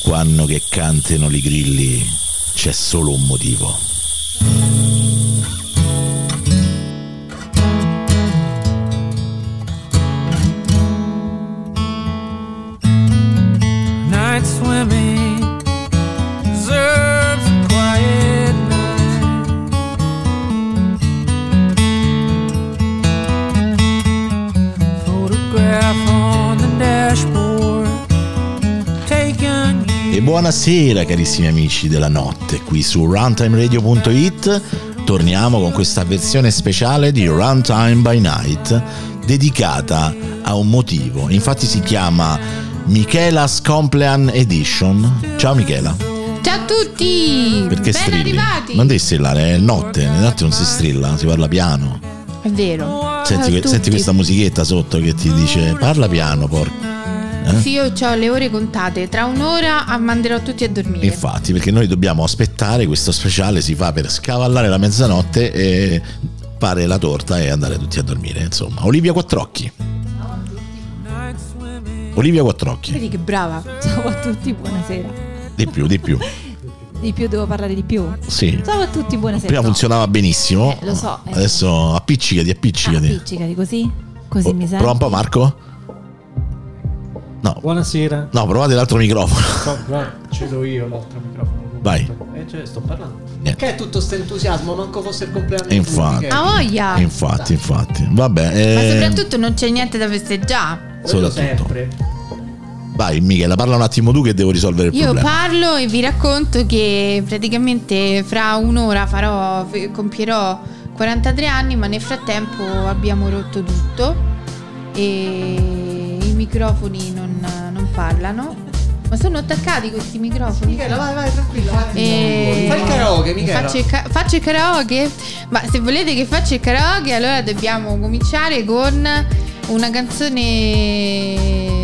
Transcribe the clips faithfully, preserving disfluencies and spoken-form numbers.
Quando che cantano i grilli c'è solo un motivo. Night swimming deserves a quiet night. Photograph on the dashboard taken. E buonasera carissimi amici della notte, qui su runtime radio punto it torniamo con questa versione speciale di Runtime by Night dedicata a un motivo. Infatti si chiama Michela's Compleann Edition. Ciao Michela. Ciao a tutti. Perché ben strilli? arrivati. Non devi strillare, è notte, nelle notte non si strilla, si parla piano. È vero. Senti, Ciao a senti tutti. questa musichetta sotto che ti dice parla piano, porca. Eh? Sì, io ho le ore contate. Tra un'ora manderò tutti a dormire. Infatti, perché noi dobbiamo aspettare, questo speciale si fa per scavallare la mezzanotte e fare la torta e andare tutti a dormire, insomma. Olivia Quattrocchi. Olivia Quattrocchi. Vedi che brava. Ciao a tutti, buonasera. Di più, di più. Di più devo parlare di più? Sì. Ciao a tutti, buonasera. Prima No. funzionava benissimo. Eh, lo so, eh. Adesso appiccicati, appiccicati. Ah, appiccicati così? Così Oh, mi senti? prova un po' Marco. No. Buonasera. No, provate l'altro microfono. So, no, ce l'ho io l'altro microfono. Vai. Eh, cioè, sto parlando. Niente. Che è tutto sto entusiasmo? Manco fosse il compleanno. E infatti. A voglia. Infatti, infatti. Vabbè. Ma eh, soprattutto non c'è niente da festeggiare. Quello soprattutto. sempre. Vai Michela, parla un attimo tu che devo risolvere il Io problema. parlo e vi racconto che praticamente fra un'ora farò, compierò quarantatré anni, ma nel frattempo abbiamo rotto tutto e i microfoni non, non parlano. Ma sono attaccati questi microfoni? Michela, vai, vai, tranquilla. Vai. E... Fai il karaoke, Michela. Faccio il, ca- faccio il karaoke? Ma se volete che faccia il karaoke, allora dobbiamo cominciare con una canzone.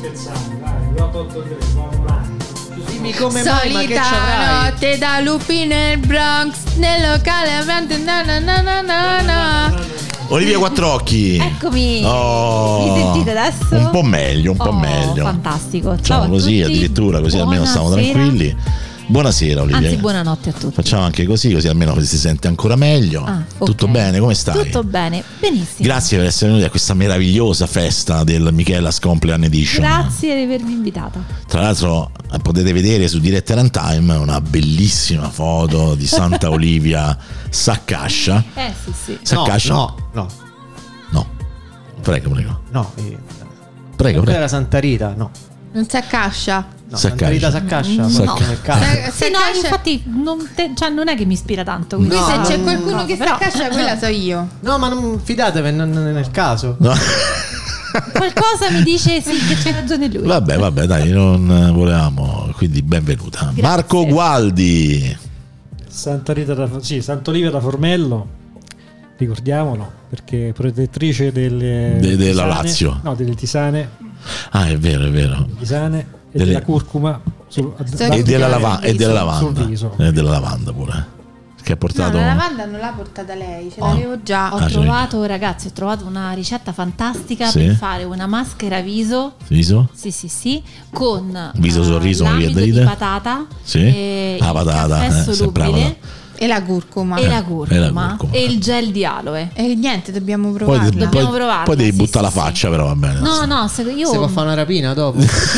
Dimmi come mai, ma che Solita c'avrai? notte da lupi nel Bronx, nel locale avanti, na na na na na na. Olivia Quattrocchi. Eccomi. Oh, Mi sentite adesso? Un po' meglio, un po' Oh, meglio. fantastico. Ciao Facciamo a così tutti. addirittura, così almeno stiamo Buonasera. tranquilli. Buonasera Olivia. Anzi, buonanotte a tutti. Facciamo anche così, così almeno si sente ancora meglio. Ah, ok. Tutto bene, come stai? Tutto bene, benissimo. Grazie per essere venuti a questa meravigliosa festa del Michela's Compleann Edition. Grazie di avermi invitata. Tra l'altro eh, potete vedere su Diretta Runtime una bellissima foto di Santa Olivia Saccascia. Eh sì sì. Saccascia? No, no, No. Prego, prego. no. eh, Prego, non prego. era Santa Rita, no. Non si accascia. No, Saccascia. Santa Rita Saccascia, No. proprio nel caso. Sa- Sì, no, Saccascia- infatti non, te- cioè, non è che mi ispira tanto. quindi- No, se c'è non- qualcuno no, che si però- accascia, quella so io. No, ma non fidatevi, non non è nel caso. No. Qualcosa mi dice sì che c'è ragione lui. Vabbè, vabbè, dai, non volevamo. Quindi benvenuta. Grazie. Marco Gualdi. Santa Rita da, sì, Sant'Olivia da Formello, ricordiamolo, perché protettrice delle De- della tisane- Lazio. no, delle tisane, Ah, è vero, è vero. tisane e Delle- della curcuma sul, Sì. E della, lava- e della sul lavanda. viso. E della lavanda pure. Che ha No, portato. la lavanda non l'ha portata lei, ce Oh. l'avevo già. Ho Ah, trovato, ragazzi, ho trovato una ricetta fantastica Sì. per fare una maschera viso. Viso? Sì, sì, sì, con Viso eh, sorriso, mi viene l'amido da di ridere. patata, Sì. e Ah, il patata, caffè eh, sempre solubile patata. E la curcuma. e la E la curcuma curcuma. e il gel di aloe. E niente, dobbiamo Poi, provarla. poi, Dobbiamo provarla, poi devi sì, buttare sì, la sì. faccia, però va bene. No, no, se io Si può fare una rapina dopo?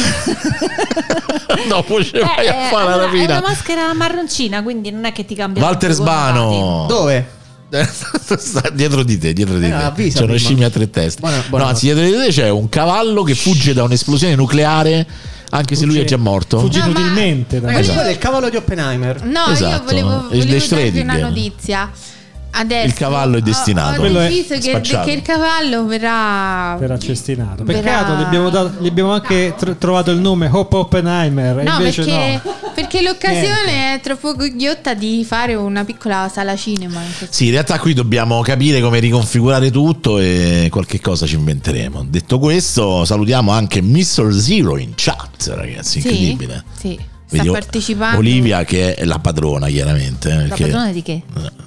Dopo ci vai Eh, a fare la allora, è rapina. una maschera marroncina, quindi non è che ti cambia Walter tanto i connotati. Sbano. Dove? Sta dietro di te, dietro di Eh, te. avvisa C'è una prima. scimmia a tre teste. Buona- no, buonanotte. anzi, dietro di te c'è un cavallo che fugge da un'esplosione nucleare, anche se lui è già morto. Fugge No, ma- inutilmente da- Ragazzi, Esatto. quello è il cavallo di Oppenheimer. No, Esatto, io volevo, il volevo Death darvi Stranding. una notizia. Adesso Il cavallo è destinato. Ho, ho Quello è deciso che, spacciato. che il cavallo verrà. per accestinato. Verrà- Peccato, gli abbiamo, dato- gli abbiamo anche tro- trovato il nome Hop Oppenheimer. E No, invece perché, no. perché l'occasione è troppo ghiotta di fare una piccola sala cinema. in questo- Sì, in realtà qui dobbiamo capire come riconfigurare tutto e qualche cosa ci inventeremo. Detto questo, salutiamo anche mister Zero in chat, ragazzi, Sì, incredibile. sì, sta Vedi, partecipando. Olivia che è la padrona, chiaramente. La perché- padrona di che?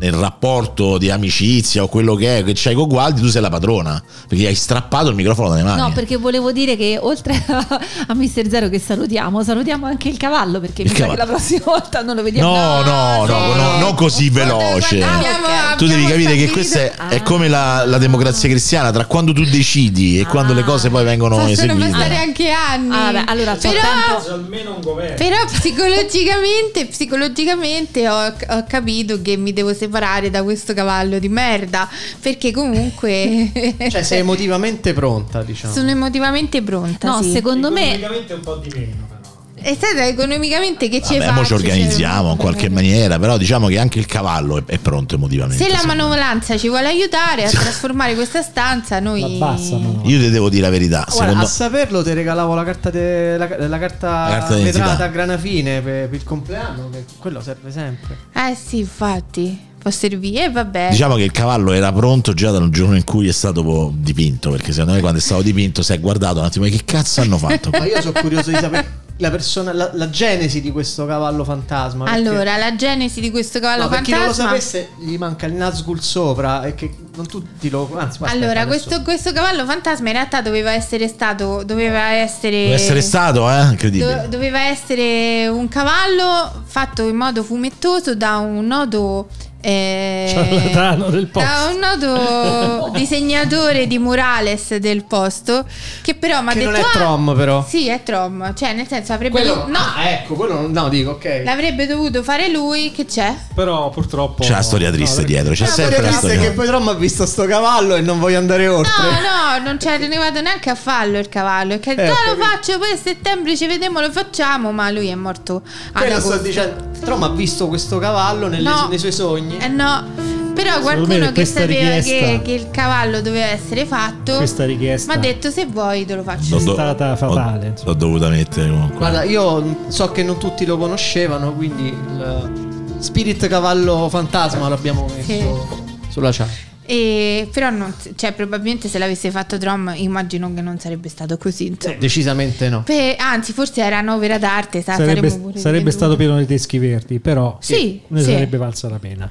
nel rapporto di amicizia o quello che è che c'hai con Gualdi, tu sei la padrona perché hai strappato il microfono dalle mani. No, perché volevo dire che oltre a, a mister Zero che salutiamo, salutiamo anche il cavallo, perché Il mi sa cavallo. che la prossima volta non lo vediamo. No, no, no, no, non così veloce. Abbiamo- Tu devi abbiamo capire che stabilito- questa è, è Ah. come la, la democrazia cristiana, tra quando tu decidi e quando le cose poi vengono Possono eseguite. passare anche anni. Ah, vabbè, allora c'ho però, tempo. Almeno un governo. però psicologicamente, psicologicamente ho, ho capito che mi devo separare da questo cavallo di merda. Perché comunque Cioè, sei emotivamente pronta, diciamo. sono emotivamente pronta. No, sì. secondo me Economicamente un po' di meno, però. E sai, economicamente che ci Vabbè, mo ci organizziamo in qualche maniera, però diciamo che anche il cavallo è, è pronto emotivamente. Se la secondo me. manovalanza ci vuole aiutare a trasformare questa stanza, noi La bassa, ma no. Io ti devo dire la verità, Guarda, secondo a saperlo ti regalavo la carta, de- la, la carta, La carta d'identità. vetrata a grana fine per, per il compleanno, che quello serve sempre. Eh sì, infatti, può servire. E vabbè. Diciamo che il cavallo era pronto già dal giorno in cui è stato po- dipinto, perché secondo me quando è stato dipinto si è guardato un attimo, ma che cazzo hanno fatto? Ma io sono curioso di sapere la, persona, la, la genesi di questo cavallo fantasma. perché- Allora, la genesi di questo cavallo no, per chi non lo fantasma. sapesse, gli manca il Nazgul sopra e che non tutti lo. Anzi, ma aspetta, Allora, adesso- questo, questo cavallo fantasma in realtà doveva essere stato. Doveva essere. Deve essere stato, eh? Incredibile. do- doveva essere un cavallo fatto in modo fumettoso da un noto. eh, Ciarlatano del posto. da un noto disegnatore di murales del posto che però mi ha Che detto non è "Ah, Trom, però. sì, è Trom, cioè nel senso avrebbe Quello, no, ah, ecco, quello non- no, dico, ok. l'avrebbe dovuto fare lui, che c'è? Però purtroppo C'è la storia triste no, dietro, c'è No, sempre la perché storia. che poi Trom ha visto sto cavallo e non voglio andare oltre. No, no, non ci è arrivato neanche a farlo il cavallo. Che Eh, già ho lo capito. faccio, poi a settembre ci vediamo, lo facciamo, ma lui è morto ad Quello sto agosto. dicendo. Trom ha visto questo cavallo nelle- No. nei suoi sogni. Eh no. Però Secondo me qualcuno che questa sapeva richiesta- che, che il cavallo doveva essere fatto Questa richiesta mi ha detto se vuoi te lo faccio. L'ho io. do- stata fatale, L'ho, insomma. l'ho dovuta mettere comunque. Guarda, io so che non tutti lo conoscevano, quindi il Spirit Cavallo Fantasma l'abbiamo messo sulla chat. E, però non, cioè, probabilmente se l'avesse fatto Trom immagino che non sarebbe stato così. insomma. Decisamente no. Pe- anzi, forse era un'opera d'arte, sa, sarebbe, saremmo pure sarebbe venduti. stato pieno di teschi verdi, però Sì, ne sì. sarebbe valsa la pena.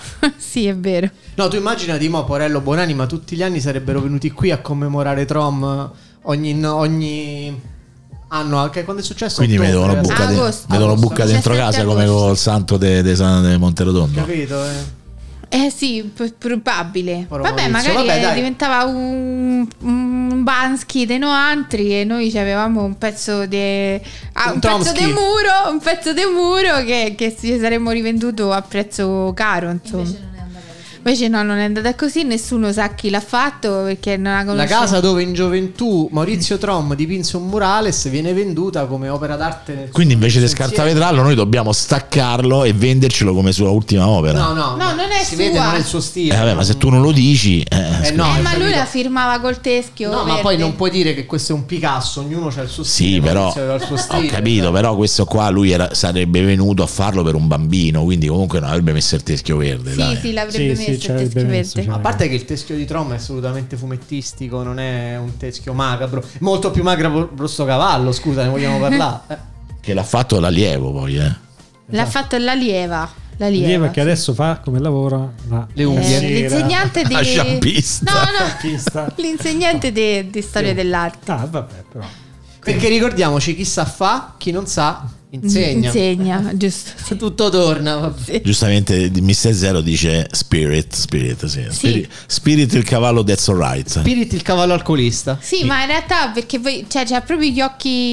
Sì, è vero. No, tu immaginati mo Porello Buonanima tutti gli anni sarebbero venuti qui a commemorare Trom ogni, ogni anno, anche quando è successo. Quindi mi ottobre, devono eh. bucare Agosto. mi devono bucare dentro diciassette casa come agosto. col santo de, de San de Monterotondo. Capito, eh? Eh sì, p- probabile. Ora Vabbè, Maurizio, magari vabbè, eh, dai. diventava un, un Bansky dei Noantri e noi avevamo un pezzo di ah, Un un pezzo Chomsky. di muro, un pezzo di muro che, che ci saremmo rivenduto a prezzo caro, insomma. Invece no, non è andata così, nessuno sa chi l'ha fatto perché non la La conosciamo. casa dove in gioventù Maurizio Trom dipinse un murales viene venduta come opera d'arte nel Quindi suo invece di insieme. scartavetrarlo noi dobbiamo staccarlo e vendercelo come sua ultima opera. No, no, No, non è si sua. vede, non è il suo stile. Eh, vabbè, ma se tu non lo dici, eh, Eh, no, Eh, hai ma lui capito? la firmava col teschio. No, ma verde. poi non puoi dire che questo è un Picasso, ognuno ha il suo stile. sì, però Maurizio aveva il suo ho stile. capito, però questo qua lui era- sarebbe venuto a farlo per un bambino, quindi comunque non avrebbe messo il teschio verde. Sì, dai. sì, l'avrebbe Sì, sì, messo ci il avrebbe teschio messo, verde. cioè. A parte che il teschio di Trom è assolutamente fumettistico, non è un teschio macabro. Molto più macabro sto cavallo, scusa, ne vogliamo parlare. Eh. Che l'ha fatto l'allievo poi, eh. L'ha fatto l'allieva. La lieva, Lieva che sì. adesso fa come lavora la Le unghie. Eh, l'insegnante di La sciampista. No, no, Pista. l'insegnante di, di storia dell'arte. Ah, vabbè, però. Perché ricordiamoci, chi sa fa, chi non sa insegna. Insegna, giusto. Tutto torna. Vabbè. Giustamente mister Zero dice Spirit, Spirit, sì. Spirit, Spirit il cavallo that's alright. Spirit il cavallo alcolista. Sì, ma in realtà perché voi, cioè, c'ha proprio gli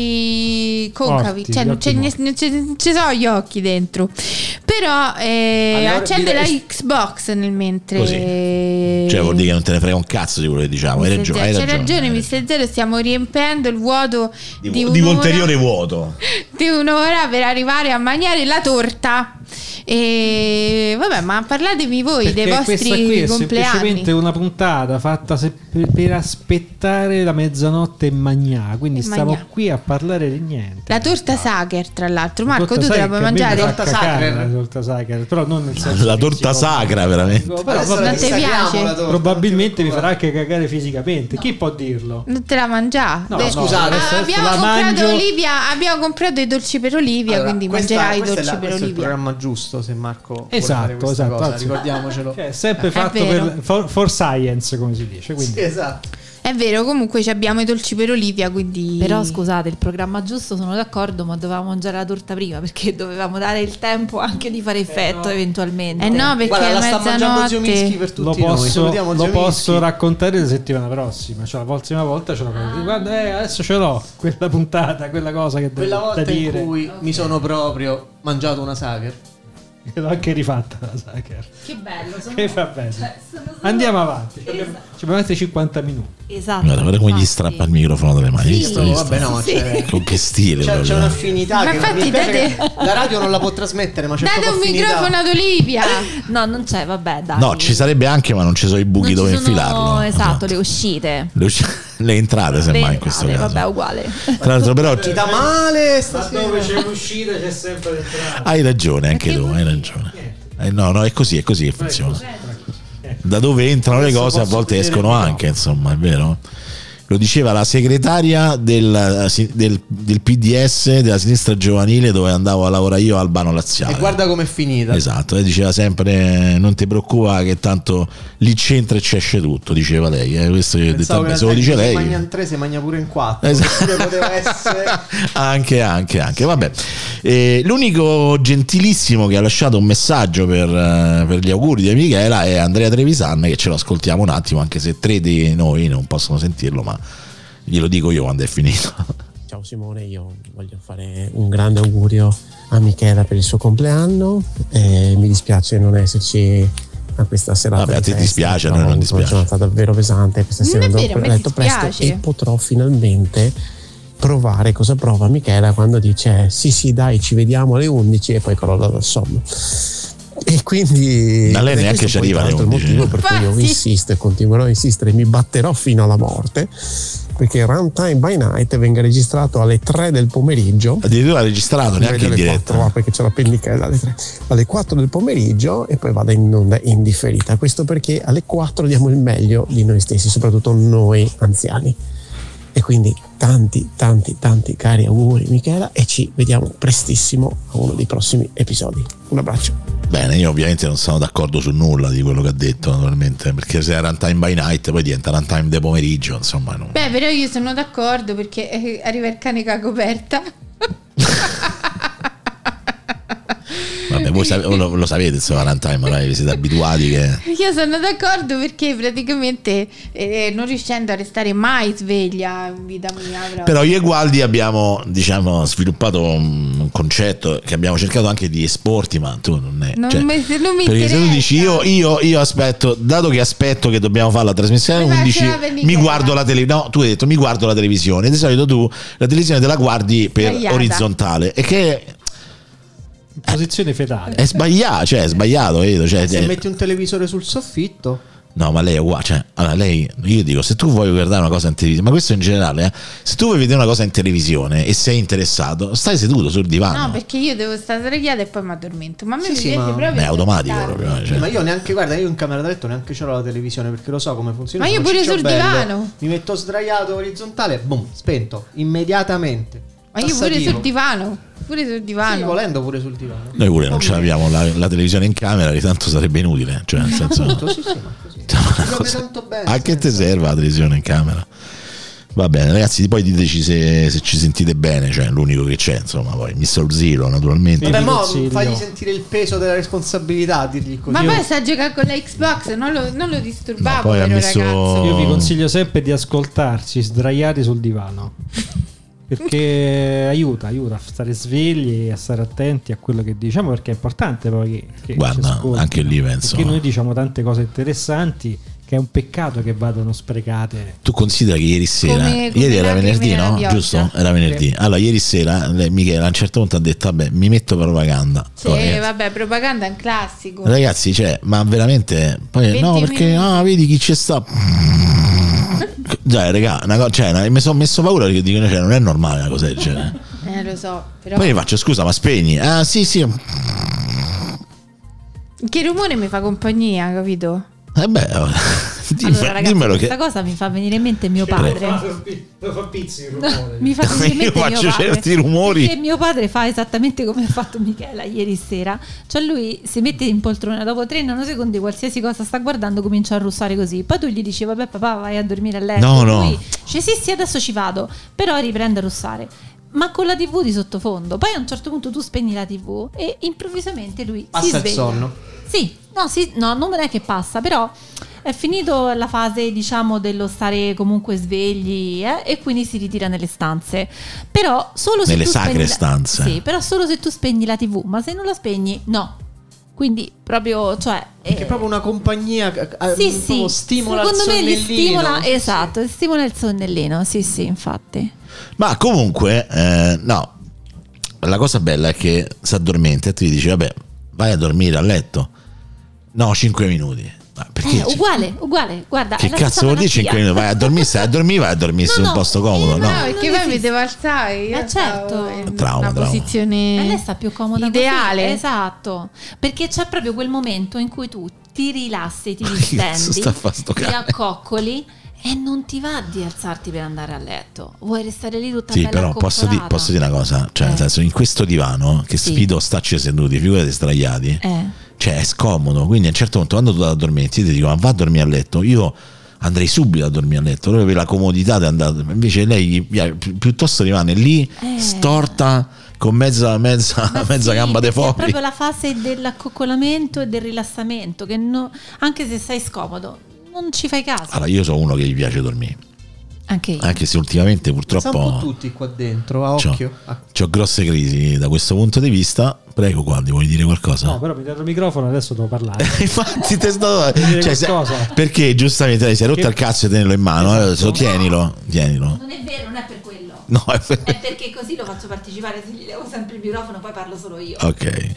occhi concavi, Morti, cioè gli non, occhi c'è, morti. non c'è- non ci sono gli occhi dentro. Però eh, Allora, accende la direi- Xbox nel mentre. Così. Cioè vuol dire che non te ne frega un cazzo di quello che diciamo. Hai mister ragione. Zero- Hai C'è ragione, ragione, hai mister Zero, stiamo riempiendo il vuoto Di, di, di un'ora- ulteriore vuoto. di un'ora per arrivare a mangiare la torta. E vabbè, ma parlatemi voi Perché dei questa qui vostri è compleanni. semplicemente una puntata fatta se- per, per aspettare la mezzanotte e magnà. Quindi E stiamo magnà. qui a parlare di niente. La torta Sacher, tra l'altro. Marco, Torta tu te la Sacher puoi che a me mi mangiare? fa Torta cacare, Sacher. La torta Sacher, però non nel senso La che torta si può- sacra, veramente. Però Adesso vabbè, la Non ti dissacriamo piace? la torta, probabilmente mi non ti farà anche cagare fisicamente. Chi può dirlo? Non te la mangiare? No, Beh, no, scusate, adesso- ah, adesso abbiamo, la comprato mangio. Olivia, abbiamo comprato i dolci per Olivia, Allora, quindi questa- mangerai i questo è dolci la- per questo è il Olivia. programma giusto. so se Marco vuole Esatto, fare questa esatto, cosa, anzi. ricordiamocelo. Che è sempre È fatto vero. per, for, for science, come si dice. Quindi Sì, esatto. È vero, comunque ci abbiamo i dolci per Olivia, quindi... Però scusate, il programma giusto sono d'accordo, ma dovevamo mangiare la torta prima perché dovevamo dare il tempo anche di fare effetto eventualmente. Eh no, perché Guarda, è la sta mangiando Zio Mischi mezzanotte. per tutti lo noi. posso, Salutiamo lo Zio posso Mischi. raccontare la settimana prossima. Cioè, la prossima volta ce l'ho. Guarda, eh, adesso ce l'ho quella puntata, quella cosa che Quella devo volta da dire. in cui mi sono proprio mangiato una Sacher. Che l'ho anche rifatta la Sacher. Che bello, sono... Che va bene. cioè, sono solo- Andiamo avanti. Ci abbiamo, ci abbiamo altri cinquanta minuti. Esatto. Guarda, guarda come gli infatti. strappa il microfono dalle mani. Sì. Visto, visto? Vabbè, no, ma c'è, Con che stile c'è, c'è proprio. un'affinità Ma che infatti mi piace date- che la radio non la può trasmettere, ma c'è Date proprio un affinità. microfono ad Olivia! No, non c'è, vabbè, dai. No, ci sarebbe anche, ma non ci sono i buchi Non dove ci sono, infilarlo. esatto, le uscite. Le, usci- le entrate, semmai, Le in questo entrate, caso. vabbè, uguale. Tra l'altro, però, Ti dà male stasera. un'uscita c'è sempre l'entrata. hai ragione, anche tu, hai ragione. Eh, no, no, è così, è così che funziona. Da dove entrano le Adesso cose a posso volte dire escono di no. anche, insomma, è vero? Lo diceva la segretaria del, del, del P D S della sinistra giovanile dove andavo a lavorare io a Albano Laziale. E guarda com'è finita. Esatto, e diceva sempre non ti preoccupa che tanto lì c'entra e ci esce tutto, diceva lei, eh, questo io ho detto, Pensavo che vabbè, se lo in dice realtà lei. si mangia in tre, si mangia pure in quattro. Esatto. Oppure poteva essere... anche, anche, anche, vabbè. Eh, l'unico gentilissimo che ha lasciato un messaggio per, eh, per gli auguri di Michela è Andrea Trevisan, che ce lo ascoltiamo un attimo, anche se tre di noi non possono sentirlo, ma glielo dico io quando è finito. Ciao Simone, io voglio fare un grande augurio a Michela per il suo compleanno. Eh, mi dispiace non esserci a questa serata. Vabbè, a di te festa, dispiace, a però noi non ho avuto una dispiace. giornata davvero pesante questa Non sera, è andrò vero, a me a letto presto dispiace. e potrò finalmente provare cosa prova Michela quando dice sì sì dai ci vediamo alle undici e poi crolla dal sonno. E quindi Da lei ed è neanche questo ci poi arriva alle tanto il undici. motivo per cui io Infatti. insisto e continuerò a insistere, mi batterò fino alla morte perché Runtime by Night venga registrato alle tre del pomeriggio. Addirittura registrato, neanche in alle diretta. quattro, perché c'è la pennichella alle tre, alle quattro del pomeriggio e poi vada in onda in differita. Questo perché alle quattro diamo il meglio di noi stessi, soprattutto noi anziani. E quindi tanti tanti tanti cari auguri Michela e ci vediamo prestissimo a uno dei prossimi episodi. Un abbraccio. Bene, io ovviamente non sono d'accordo su nulla di quello che ha detto, naturalmente, perché se è Runtime by Night poi diventa Runtime de pomeriggio, insomma. Non... Beh, però io sono d'accordo perché eh, arriva il cane con la coperta. Vabbè, voi sap- lo, lo sapete, insomma, Runtime, ormai vi siete abituati che... Io sono d'accordo perché praticamente eh, non riuscendo a restare mai sveglia in vita mia proprio. Però io e Gualdi abbiamo, diciamo, sviluppato un concetto che abbiamo cercato anche di esporti, ma tu non è... Non cioè, mi- non mi perché se tu interessa. dici io, io, io aspetto, dato che aspetto che dobbiamo fare la trasmissione Mi alle faccio undici, la pennichella. mi guardo la televisione. No, tu hai detto mi guardo la televisione. Di solito tu la televisione te la guardi per Sbagliata. orizzontale, e che In posizione fetale. è sbagliato, cioè è sbagliato, vedo, cioè, Se eh, metti un televisore sul soffitto. no, ma lei è uguale, cioè, allora lei, io dico, se tu vuoi guardare una cosa in televisione, ma questo in generale, eh, se tu vuoi vedere una cosa in televisione e sei interessato, stai seduto sul divano. No, perché io devo stare sdraiata e poi mi addormento. Ma a me Sì, mi sì, piace ma- proprio. È automatico aspettare. proprio, cioè. Ma io neanche, guarda, io in camera da letto neanche c'ho la televisione perché lo so come funziona. Ma io sono pure ciccio sul bello. divano. Mi metto sdraiato orizzontale, boom, spento immediatamente. Ma io pure Tassativo. sul divano. Pure sul Sì, divano. volendo pure sul divano. Noi pure non ce l'abbiamo la, la televisione in camera, che tanto sarebbe inutile, cioè nel senso, Appunto, sì, sì, ma così. Cioè, ma Ci una gioca cosa- tanto bene. a che te senza- serve la televisione in camera? Va bene, ragazzi, poi diteci se, se ci sentite bene, cioè l'unico che c'è, insomma, poi mister Zero naturalmente. Vabbè, Vi mo consiglio. fagli sentire il peso della responsabilità, dirgli così. Ma Io- poi sta a giocare con la Xbox, non lo, non lo disturbavo, No, poi ha povero messo- ragazzo. Io vi consiglio sempre di ascoltarci sdraiati sul divano. Perché aiuta, aiuta a stare svegli e a stare attenti a quello che diciamo, perché è importante poi che, che ci Guarda, ascoltino. anche lì penso. Perché noi diciamo tante cose interessanti che è un peccato che vadano sprecate. Tu considera che ieri sera, Come- come ieri era lacrime venerdì, nella no? pioggia. Giusto? Era venerdì. Allora, ieri sera lei, Michela a un certo punto ha detto: vabbè, mi metto propaganda. Sì, Poi, ragazzi, vabbè, propaganda è un classico. ragazzi, cioè, ma veramente. Poi, no, venti perché minuti. ah, vedi chi c'è sta. Già, raga, una co- cioè, una- mi sono messo paura perché dico, cioè, non è normale una cosa del genere. Eh, lo so, però Poi gli faccio scusa, ma spegni. Ah, sì, sì. che rumore mi fa compagnia, capito? Eh beh, Dimmi- Allora ragazzi, dimmelo che questa cosa mi fa venire in mente mio padre. Lo fa pizzi il rumore. Mi fa venire in io mente mio faccio padre, certi rumori. perché mio padre fa esattamente come ha fatto Michela ieri sera. Cioè lui si mette in poltrona, dopo tre nanosecondi qualsiasi cosa sta guardando comincia a russare così. Poi tu gli dici vabbè papà vai a dormire a letto. No, no. Lui dice sì sì adesso ci vado. Però riprende a russare, ma con la tivù di sottofondo. Poi a un certo punto tu spegni la tivù e improvvisamente lui si Passa il sveglia. sonno. Sì, no, sì, no, non è che passa, però è finito la fase, diciamo, dello stare comunque svegli, eh, e quindi si ritira nelle stanze. Però solo se Nelle tu sacre spegni la- stanze. Sì, però solo se tu spegni la tivù, ma se non la spegni, no. Quindi proprio, cioè Che eh, è proprio una compagnia che eh, sì, proprio sì, stimola secondo il me li sonnellino. stimola, Sì, esatto, stimola il sonnellino, sì, sì, infatti. Ma comunque, eh, no, la cosa bella è che si addormenta e tu gli dici, vabbè, vai a dormire a letto. No, cinque minuti. Ma perché? Eh, uguale, uguale, guarda. Che è la cazzo stessa vuol dire malattia. cinque minuti? Vai a dormire, stai a dormire, vai a dormire No, su un no, posto comodo, eh, no? No, non perché poi mi esiste. devo alzare. Io Eh, certo. stavo in Trauma, una trauma. posizione E lei sta più comoda ideale. così. Esatto, perché c'è proprio quel momento in cui tu ti rilassi, ti Ma che cazzo distendi, sta a fa sto ti cane? accoccoli e non ti va di alzarti per andare a letto. Vuoi restare lì tutta Sì, bella però posso, di- accoccolata. posso dire una cosa, cioè nel Eh. senso in questo divano che Sì. sfido stacci seduti, figurati sdraiati, Eh. cioè è scomodo, quindi a un certo punto quando tu vai a dormire ti dico ma va a dormire a letto, io andrei subito a dormire a letto, proprio per la comodità di andare, invece lei gli piace- pi- piuttosto rimane lì Eh. storta con mezza, mezza, Ma mezza sì, gamba de perché è fuori. proprio la fase dell'accoccolamento e del rilassamento che no- anche se sei scomodo non ci fai caso. Allora io sono uno che gli piace dormire, Anche io. anche se ultimamente Sa un po' purtroppo tutti qua dentro, a c'ho, occhio. Ah, c'ho grosse crisi da questo punto di vista. Prego, Gualdi, vuoi dire qualcosa? No, però mi dato il microfono, adesso devo parlare. Infatti te sto dire cioè, se- qualcosa? perché giustamente lei si è rotto Che- il cazzo e tenerlo in mano, Esatto. adesso tienilo, tienilo. Non è vero, non è per quello. No, è per- È perché così lo faccio partecipare, se gli levo sempre il microfono poi parlo solo io. ok.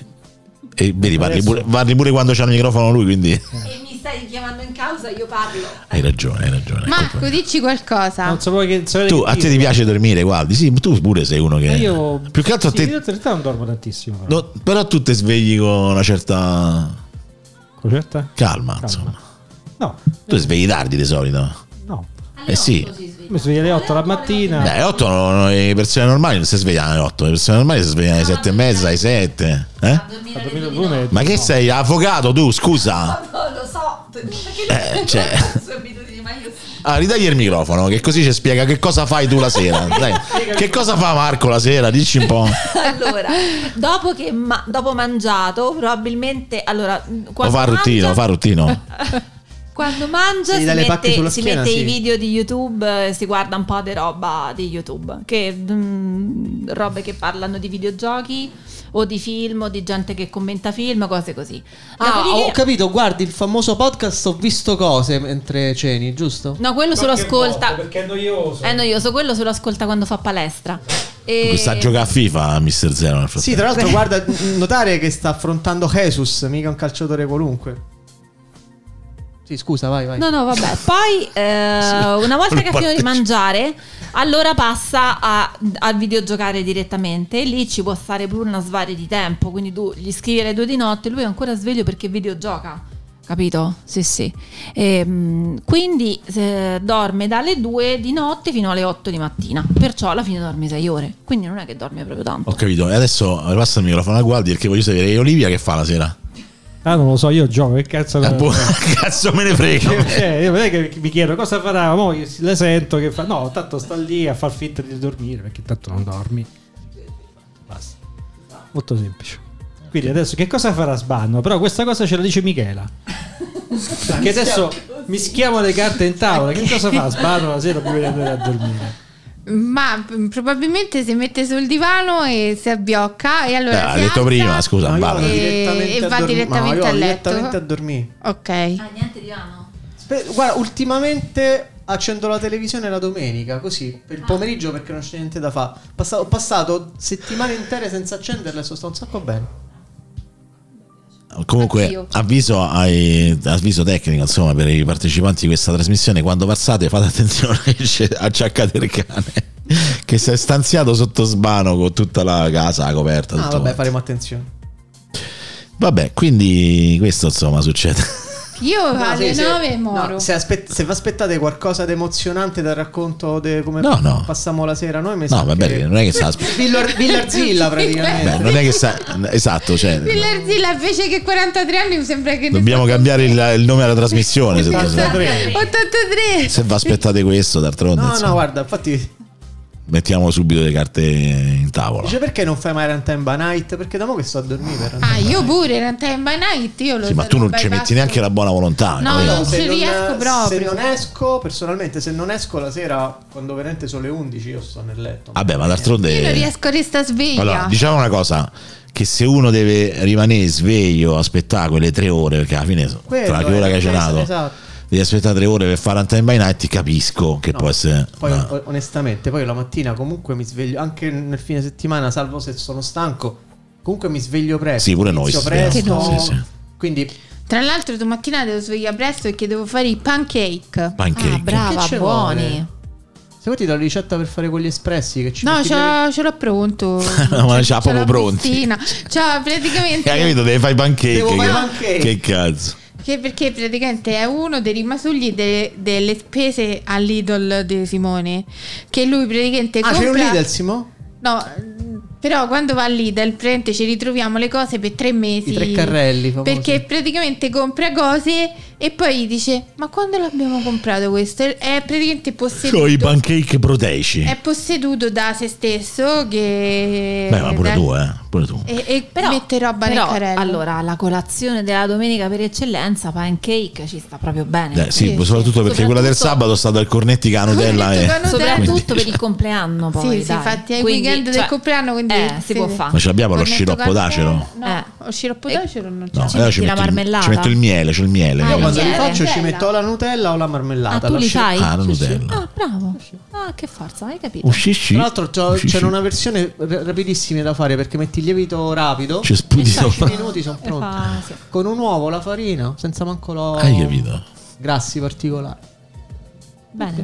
E vedi, parli Adesso- pure, parli pure quando c'ha il microfono lui, quindi E mi stai chiamando in causa, io parlo. hai ragione, hai ragione. Marco, dici qualcosa. Non sapevo che sapere Tu, che a te dire. ti piace dormire, Gualdi? Sì, tu pure sei uno che Ma io più che altro sì, te io in realtà non dormo tantissimo. Però. no, però tu ti svegli con una certa Con certa? calma, Calma. insomma. No, Tu ti svegli tardi di solito. no. Eh sì. Mi sveglio alle otto la mattina. Beh, otto no, le persone normali non si svegliano alle otto, le persone normali si svegliano alle sette e mezza, alle sette. Eh? A dormire l'una e- Ma che no. sei avvocato tu, scusa? No, lo so, perché Eh, cioè. sono abitudini, ma io sì. Ah, ridagli il microfono, che così ci spiega che cosa fai tu la sera. Dai. Che cosa fa Marco la sera? Dici un po'. Allora, dopo che ma- dopo mangiato, probabilmente allora Lo quando fa routino, mangia- fa routino. Quando mangia Se gli si dai le pacche mette, sulla si schiena, mette sì. i video di YouTube, eh, si guarda un po' di roba di YouTube, che mm, robe che parlano di videogiochi o di film o di gente che commenta film, cose così. Ah, Dopodiché- ho capito, guardi il famoso podcast Ho visto cose mentre ceni, giusto? No, quello se lo Qualche ascolta. volta, perché è noioso. È noioso, quello se lo ascolta quando fa palestra. E... Sta a giocare a FIFA mister Zero nel Sì, frattempo. tra l'altro guarda, notare che sta affrontando Jesus, mica un calciatore qualunque. Sì, scusa, vai, vai. No, no, vabbè. Poi, eh, una volta che ha finito di mangiare, allora passa a, a videogiocare direttamente. E lì ci può stare pure una svaria di tempo. Quindi tu gli scrivi alle due di notte, lui è ancora sveglio perché videogioca. Capito? Sì, sì. E, mh, quindi eh, dorme dalle due di notte fino alle otto di mattina. Perciò alla fine dorme sei ore. Quindi non è che dorme proprio tanto. Ho capito. E adesso passa il microfono a Gualdi perché voglio sapere, e Olivia che fa la sera? Ah, non lo so, io gioco, che cazzo. Ah, boh, cazzo me ne frega. Cioè, io non è che mi chiedo cosa farà, mo io le sento che fa. No, tanto sta lì a far finta di dormire perché tanto non dormi. Basta. Molto semplice. Quindi adesso che cosa farà Sbanno? Però questa cosa ce la dice Michela. Perché adesso mischiamo le carte in tavola. Che cosa fa Sbanno la sera prima di andare a dormire? Ma mm, probabilmente si mette sul divano e si abbiocca e allora Eh, ha si detto alza. prima, scusa, No, io basta. vado E- direttamente e a va dormi- direttamente no, io a vado letto. direttamente a dormire. Ok. Ah, niente divano? Spe- guarda, ultimamente accendo la televisione la domenica, così, per il pomeriggio perché non c'è niente da fare. Passa- ho passato settimane intere senza accenderla e sto sta un sacco bene. Comunque, Anch'io. avviso, ai, avviso tecnico insomma per i partecipanti di questa trasmissione: quando passate fate attenzione che c'è- acciaccate il cane che si è stanziato sotto Sbano con tutta la casa coperta. Ah, tutto vabbè, quanto. faremo attenzione. Vabbè, quindi questo insomma succede. Io No, alle sì, nove se, moro. no, se, aspet- se vi aspettate qualcosa di emozionante dal racconto di come No, no. passiamo la sera noi mi No, sa vabbè, che- non è che sta aspe- Villar- Villarzilla praticamente. Beh, non è che sta esatto, cioè Villarzilla invece che quarantatré anni mi sembra che ne dobbiamo fa- cambiare il, il nome alla trasmissione se, ottantatré. ottantatré. se vi aspettate questo d'altronde No, insomma, no, guarda, infatti mettiamo subito le carte in tavola. dice perché non fai mai Runtime by Night? Perché da mo' che sto a dormire per Ah, Runtime io by pure Runtime by Night, io lo Sì, ma tu non ci metti neanche la buona volontà. No, eh. non Se ci riesco proprio. Se non esco, personalmente, se non esco la sera, quando veramente sono le undici, io sto nel letto. Vabbè, ma d'altronde Io non riesco a restare sveglia. Allora, diciamo una cosa, che se uno deve rimanere sveglio, aspettare quelle tre ore, perché alla fine Quello tra che è, ora che hai esatto, cenato, esatto. devi aspettare tre ore per fare Runtime by Night, ti capisco che No, può essere. Poi ma- o- onestamente, poi la mattina comunque mi sveglio, anche nel fine settimana, salvo se sono stanco, comunque mi sveglio presto. Sì, pure noi inizio svegliamo. presto. Sì, sì. Quindi Tra l'altro domattina devo svegliare presto perché devo fare i pancake. Pancake. Ah, brava, Che ci buoni. vuole? se vuoi ti do la ricetta per fare quegli espressi che ci No, metti ce delle- l'ho, ce l'ho pronto. Ma ce l'ha proprio l'ho pronti. bustina. Cioè, praticamente. Hai capito? Devi fare i pancake. Devo fare i che- pancake. Che cazzo. Che perché praticamente è uno dei rimasugli de- delle spese all'Idol di Simone. Che lui praticamente Ah, compra. c'è un Lidl, Simo? No, però quando va all'Idol praticamente ci ritroviamo le cose per tre mesi. I tre carrelli famosi. Perché praticamente compra cose e poi dice: ma quando l'abbiamo comprato questo? È praticamente posseduto. C'ho i pancake proteici. È posseduto da se stesso che. Beh, ma pure da- tu, eh. Pure tu. E, e Però, mette roba però, nel carrello. allora, la colazione della domenica per eccellenza, pancake, ci sta proprio bene. Eh, sì, Sì, soprattutto perché quella del Soprattutto- sabato sta dal cornetti con la Nutella Cornetto e... con Nutella. Soprattutto Quindi- per il compleanno poi. Sì, sì, dai. infatti è il Quindi, weekend del cioè, compleanno, quindi eh, si sì, può sì. fare. Ma ce l'abbiamo lo Cornetto sciroppo Cannella? d'acero? No, Eh. lo sciroppo E- d'acero non c'è. No, Ci allora metti ci la metto, il, marmellata? ci metto il miele, c'è il miele. Ah, Io Io quando li miele. faccio ci Nutella. metto o la Nutella o la marmellata. Ah, tu La li sci- fai? Ah, la Sì, sì. Nutella. Ah, bravo. Ah, che forza, hai capito? Oh, sì, sì. Tra l'altro c'ho- Oh, sì, c'era sì. una versione r- rapidissima da fare perché metti il lievito rapido. Ci sputi in dieci sopra. minuti sono E pronti. fa- sì. Con un uovo, la farina, senza manco lo... Hai capito? grassi particolari. Bene.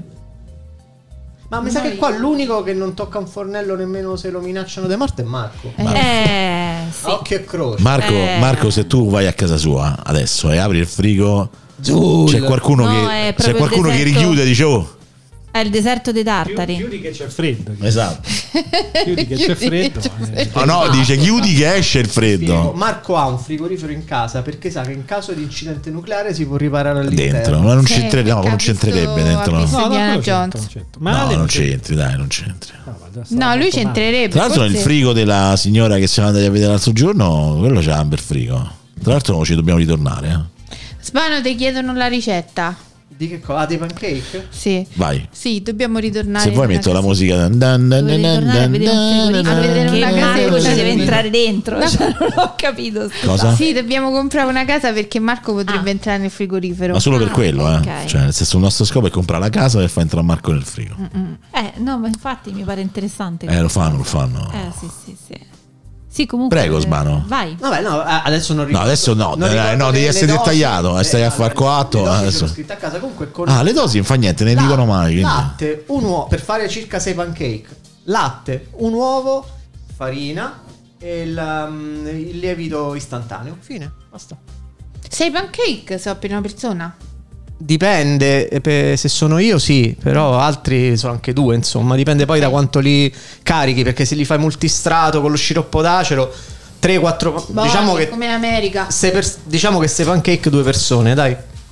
Ma mi sa che qua l'unico che non tocca un fornello nemmeno se lo minacciano di morte è Marco. Eh, sì. A occhio e croce. Marco, Eh. Marco, se tu vai a casa sua adesso e apri il frigo, Giulia. c'è qualcuno, No, che, è c'è proprio il qualcuno che deserto. richiude e dice oh. È il deserto dei tartari. Chiudi che c'è freddo. Esatto. Chiudi che c'è freddo. eh. Oh no, dice chiudi che esce il Spiego, freddo. Marco ha un frigorifero in casa perché sa che in caso di incidente nucleare si può riparare all'interno. Dentro, ma non Sì, c'entrerebbe, no, perché non ha c'entrerebbe visto- dentro. ha visto- No, no, Indiana quello c'entro, Jones. non c'entro. No, Male non c'entro. c'entri, dai, non c'entri. No, ma già stava No, lui molto male. c'entrerebbe. Tra l'altro nel forse- frigo della signora che siamo andati a vedere l'altro giorno, quello c'ha un bel frigo. Tra l'altro ci dobbiamo ritornare, eh. Spano ti chiedono la ricetta. Di che cosa? Ah, dei pancake? Sì. Vai. Sì, dobbiamo ritornare. Se vuoi nella metto la casa- musica. Dan, dan, dan, Dovete dan, tornare a vedere un dan, frigorifero a vedere che una Marco casetta. ci deve Sì. entrare dentro. Cioè, non ho capito. scusa. Cosa? Sì, dobbiamo comprare una casa perché Marco potrebbe Ah. entrare nel frigorifero. Ma solo per Ah, quello, eh. ok. Cioè, nel senso, il nostro scopo è comprare la casa e far entrare Marco nel frigo. Eh, no, ma infatti mi pare interessante. Eh, lo fanno, lo fanno. Eh, sì, sì, sì. Sì, comunque. Prego, Sbano. Vai. Vabbè, no, eh, adesso non ricordo. No, adesso no, non eh, ricordo no, devi le- essere le dosi. dettagliato, stai a Eh, far le coatto, dosi adesso. sono scritte a casa comunque con Ah, le dosi non fa niente, ne la- dicono mai. quindi- latte, un uovo per fare circa sei pancake. Latte, un uovo, farina e il, um, il lievito istantaneo. Fine, basta. Sei pancake so per una persona? Dipende, eh, pe- se sono io sì, però altri sono anche due, insomma, dipende poi da quanto li carichi, perché se li fai multistrato con lo sciroppo d'acero, tre quattro, Boh, diciamo che come in America. sei pers- diciamo che sei pancake due persone, dai.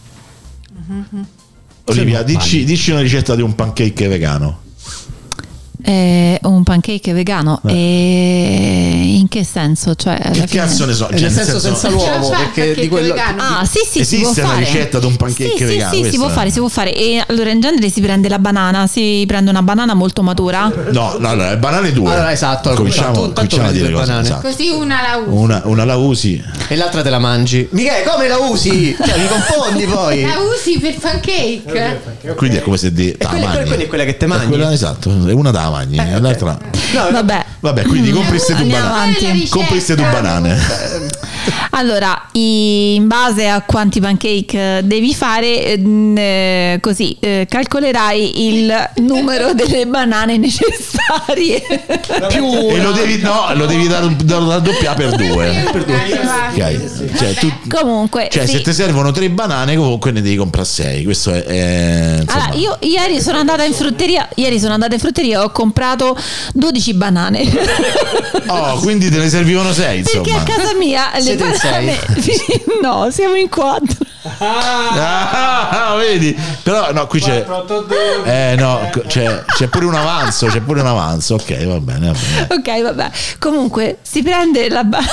Olivia, Se non dici, sbagli. dici una ricetta di un pancake vegano. Eh, un pancake vegano. E in che senso? Cioè, alla Che fine- cazzo ne so? Eh, Cioè, nel senso senza Ce lo l'uovo, fa il perché pancake di quello vegano? Ah, sì, sì, Esiste si può una fare. ricetta di un pancake sì, vegano, Sì, sì, questa si può è- fare, si può fare. E allora in genere si prende la banana, si prende una banana molto matura. No, no, no, banane due. Allora, esatto, Cominciamo, tu intanto cominciamo a prendi dire due cose. banane. Esatto. Così una la usa. Una, una la usi. e l'altra te la mangi. Michele, come la usi? Cioè, mi confondi poi. La usi per pancake? Quindi è come se di E quella, quella- quella è quella che te È mangi. quella, esatto, è una da mangi, Eh, ok. l'altra. No, Vabbè. Vabbè, quindi compri ste due Andiamo banane. avanti. Compri ste due banane. Allora, i- in base a quanti pancake eh, devi fare, eh, così eh, calcolerai il numero delle banane necessarie. Più E lo devi, no, lo devi dar- dar- raddoppiare per due. Per due. Ok. Cioè, tu, Comunque, cioè sì. se ti servono tre banane, comunque ne devi comprare sei. Questo è. è, insomma, Allora, io ieri sono andata in frutteria, ieri sono andata in frutteria e ho comprato dodici banane. Oh, quindi te ne servivano sei, insomma. Perché a casa mia le Siete in banane no, siamo in quattro. Ah, vedi? Però no, qui c'è. Eh no, c'è, c'è pure un avanzo, c'è pure un avanzo. Ok, va bene, va bene. Ok, vabbè. Comunque si prende la banana.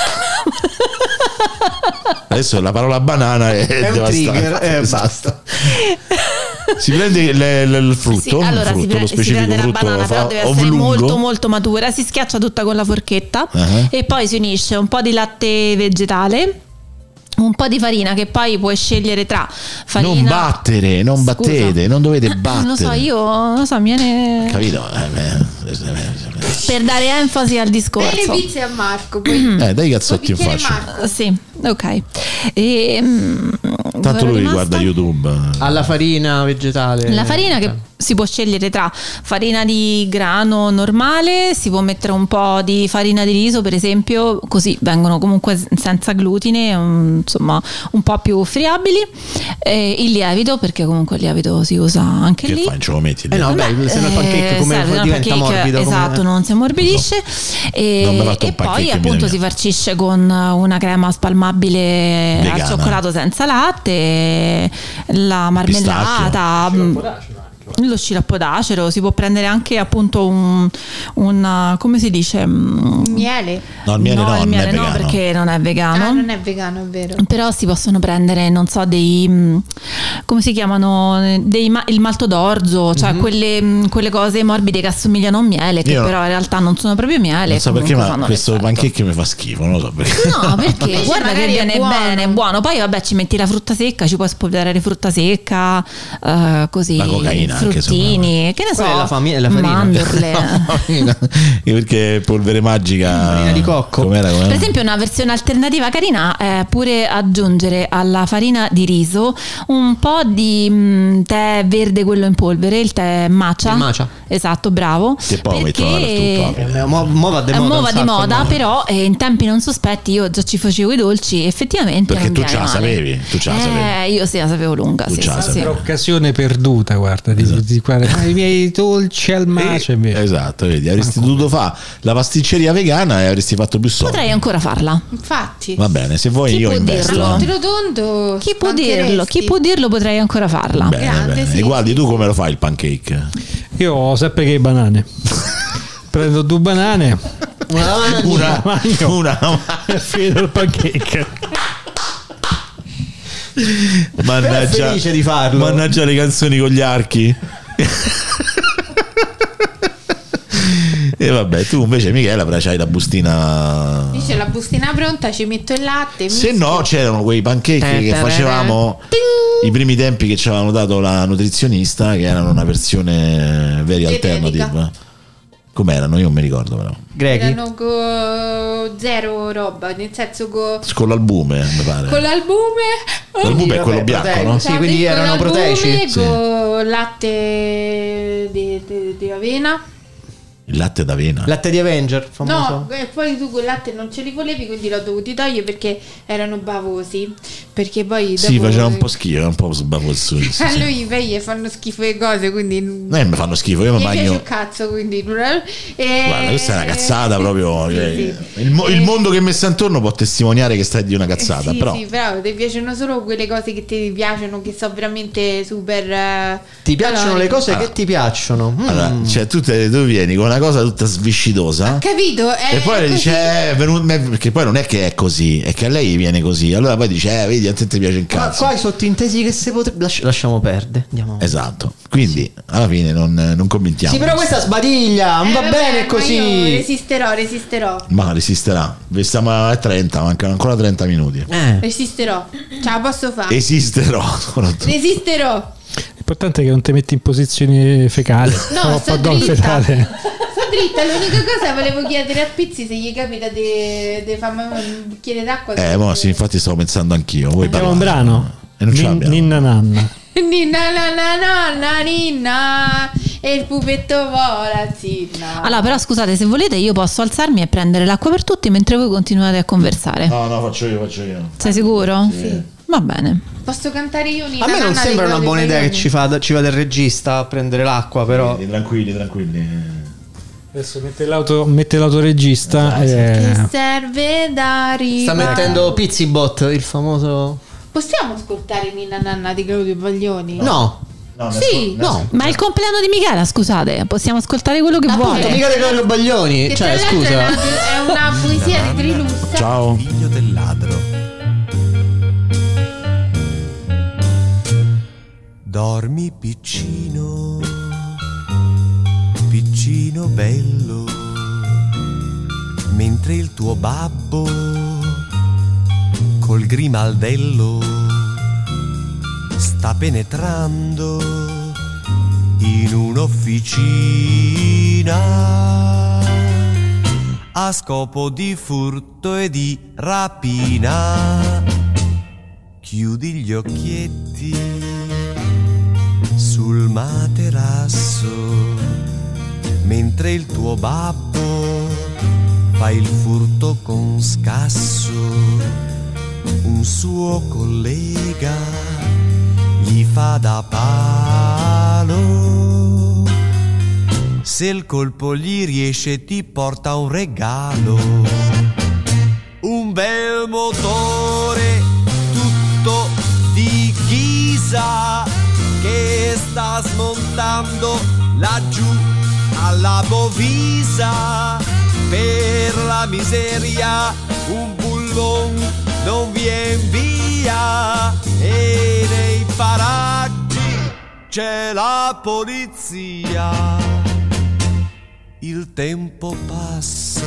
Adesso la parola banana è, è un devastante. trigger, eh, Esatto. basta. Si prende le- le- il frutto, Sì, allora il frutto, si, pre- lo si specifico prende la frutto banana, però fa- deve essere oblungo. molto molto matura, si schiaccia tutta con la forchetta Uh-huh. e poi si unisce un po' di latte vegetale, un po' di farina che poi puoi scegliere tra farina. Non battere, non Scusa. battete, non dovete battere. Lo so, io non lo so, mi viene Capito? Eh, eh, per dare enfasi al Dai le discorso. pizze a Marco, poi eh, dai i cazzotti in bicchiere faccia. Marco. Sì, ok. E, mm, Tanto dove ero lui rimasta? guarda YouTube. Alla farina vegetale. La farina che si può scegliere tra farina di grano normale, si può mettere un po' di farina di riso per esempio, così vengono comunque senza glutine, um, insomma un po' più friabili, e il lievito, perché comunque il lievito si usa anche Che lì. fai? Ce lo metti lì? Eh no, beh, se no il pancake come serve, no, diventa pancake, morbido. come- esatto, non si ammorbidisce e, Non mi ha fatto un e pancake poi in appunto vita si mia. farcisce con una crema spalmabile al Vegana. cioccolato senza latte, la marmellata, mm, lo sciroppo d'acero, si può prendere anche appunto un, un come si dice, mm, Miele. No, il miele no, il non miele è no, vegano. perché non è vegano. Ah, non è vegano, è vero. Però si possono prendere, non so, dei mm, come si chiamano, dei ma- il malto d'orzo, cioè quelle, mm, quelle cose morbide che assomigliano a un miele, che Io- però in realtà non sono proprio miele. Non so perché, comunque ma fanno questo l'effetto. pancake mi fa schifo, non lo so perché. No, perché Invece guarda che magari è viene buono. bene, è buono. Poi vabbè, ci metti la frutta secca, ci puoi spolverare frutta secca, eh, così, La cocaina anche, fruttini, che ne so, Quella è la fami- è la farina. mandorle. Perché polvere magica. Farina di cocco. Com'era, com'era? Per esempio una versione alternativa carina è pure aggiungere alla farina di riso un po' di mm, tè verde, quello in polvere, il tè matcha. Il matcha. Esatto, bravo. Che poi lo mettono dappertutto. Eh, mo, mo va de È moda, nuova un di sacco, moda, mo. però eh, in tempi non sospetti io già ci facevo i dolci, effettivamente Perché non tu viene ce la male. sapevi, tu ce la sapevi. Eh, io sì, la sapevo lunga, Tu sì, ce la sì, sapevi. sì. Occasione perduta, guarda, di, di, guarda, ah, i miei dolci al macio. Eh, esatto, vedi, avresti dovuto fare la pasticceria vegana e avresti fatto più soldi. Potrei ancora farla. Infatti. Va bene, se vuoi Chi io può investo. dirlo? eh. Altro tondo. Chi può spancheresti. dirlo? Chi può dirlo potrei ancora farla. Bene, Grande, bene. sì, E guardi sì, tu sì. come lo fai il pancake? Io ho sempre che banane. Prendo due banane Una, Magno. una, e finito il pancake. mannaggia, felice di farlo. mannaggia le canzoni con gli archi. E vabbè, tu invece Michela però c'hai la bustina. Dice la bustina pronta, ci metto il latte. Se mischio. no c'erano quei pancake che facevamo i primi tempi che ci avevano dato la nutrizionista, che erano una versione very Dietetica. alternative. Com'erano? Io non mi ricordo però. Grechi. Erano con zero roba, nel senso con, Con l'albume, mi pare. con l'albume. L'albume è quello vabbè, bianco, proteico, no? sì, quindi Con erano l'albume, proteici. Sì. Con latte di, di- di avena. Il latte d'avena. Latte di Avenger, famoso. No, e poi tu quel latte non ce li volevi, quindi l'ho dovuti togliere perché erano bavosi. Perché poi Sì, dopo- faceva un po' schifo, un po' sbavozzo. Sì, sì. A lui poi gli fanno schifo le cose, quindi Eh, mi fanno schifo, io mi gli piace bagno. un cazzo, quindi e... Guarda, questa è una cazzata proprio. Sì, cioè, sì. Il, mo- il E- mondo che mi sta intorno può testimoniare che stai di una cazzata, sì, però. sì, però ti piacciono solo quelle cose che ti piacciono, che sono veramente super. eh, Ti piacciono le caloriche. cose Ah. che ti piacciono. Mm. Allora, cioè, tu, te, tu vieni con una cosa tutta sviscidosa. Capito? È E poi le così. dice, eh, è venuto- perché poi non è che è così, è che a lei viene così. Allora poi dice, eh, vedi, a te ti piace il Ma cazzo. qua i sottintesi che se potrebbe. lasciamo perdere. Andiamo. Esatto. Quindi alla fine non, non commentiamo. Sì, però questa sbadiglia. Non Eh, va vabbè, bene ma così. Io resisterò, resisterò. Ma resisterà. Stiamo a trenta, mancano ancora trenta minuti. Eh. Resisterò. Ce la posso fare. Esisterò. Resisterò. L'importante è che non ti metti in posizione fecale. No, sto pardon, dritta. fetale. Sto dritta. L'unica cosa volevo chiedere a Pizzi se gli capita di fare un bicchiere d'acqua. Eh, mo sì, infatti stavo pensando anch'io. Vuoi Abbiamo parlare? un brano. E non ce Nin- l'abbiamo. Ninna nanna. Ninna nanna nanna ninna e il pupetto vola zinna. Allora, però scusate, se volete io posso alzarmi e prendere l'acqua per tutti mentre voi continuate a conversare. No, no, faccio io, faccio io. Sei sicuro? Sì. Va bene. Posso cantare io Ninna A me non nanna sembra dei una buona idea che Claudio ci, fa, ci vada il regista a prendere l'acqua, però. Tranquilli, tranquilli. Adesso mette, l'auto, mette l'autoregista. Paglioni. e... Che serve da Sta arrivare. mettendo Pizzibot, il famoso. Possiamo ascoltare Ninna nanna di Claudio Paglioni? No, No, ne Sì. ascol- no. Ma è il compleanno di Michela, scusate, possiamo ascoltare quello che Appunto. vuole. Mica di Carlo Baglioni. Che Cioè, tra l'altro scusa. è una, è una poesia di Trilussa. Ciao. Figlio del ladro. Dormi piccino, piccino bello, mentre il tuo babbo col grimaldello sta penetrando in un'officina a scopo di furto e di rapina. Chiudi gli occhietti sul materasso mentre il tuo babbo fa il furto con scasso. Un suo collega gli fa da palo, se il colpo gli riesce ti porta un regalo, un bel motore tutto di ghisa che sta smontando laggiù alla Bovisa. Per la miseria un bullon non vien via e nei paraggi c'è la polizia. Il tempo passa,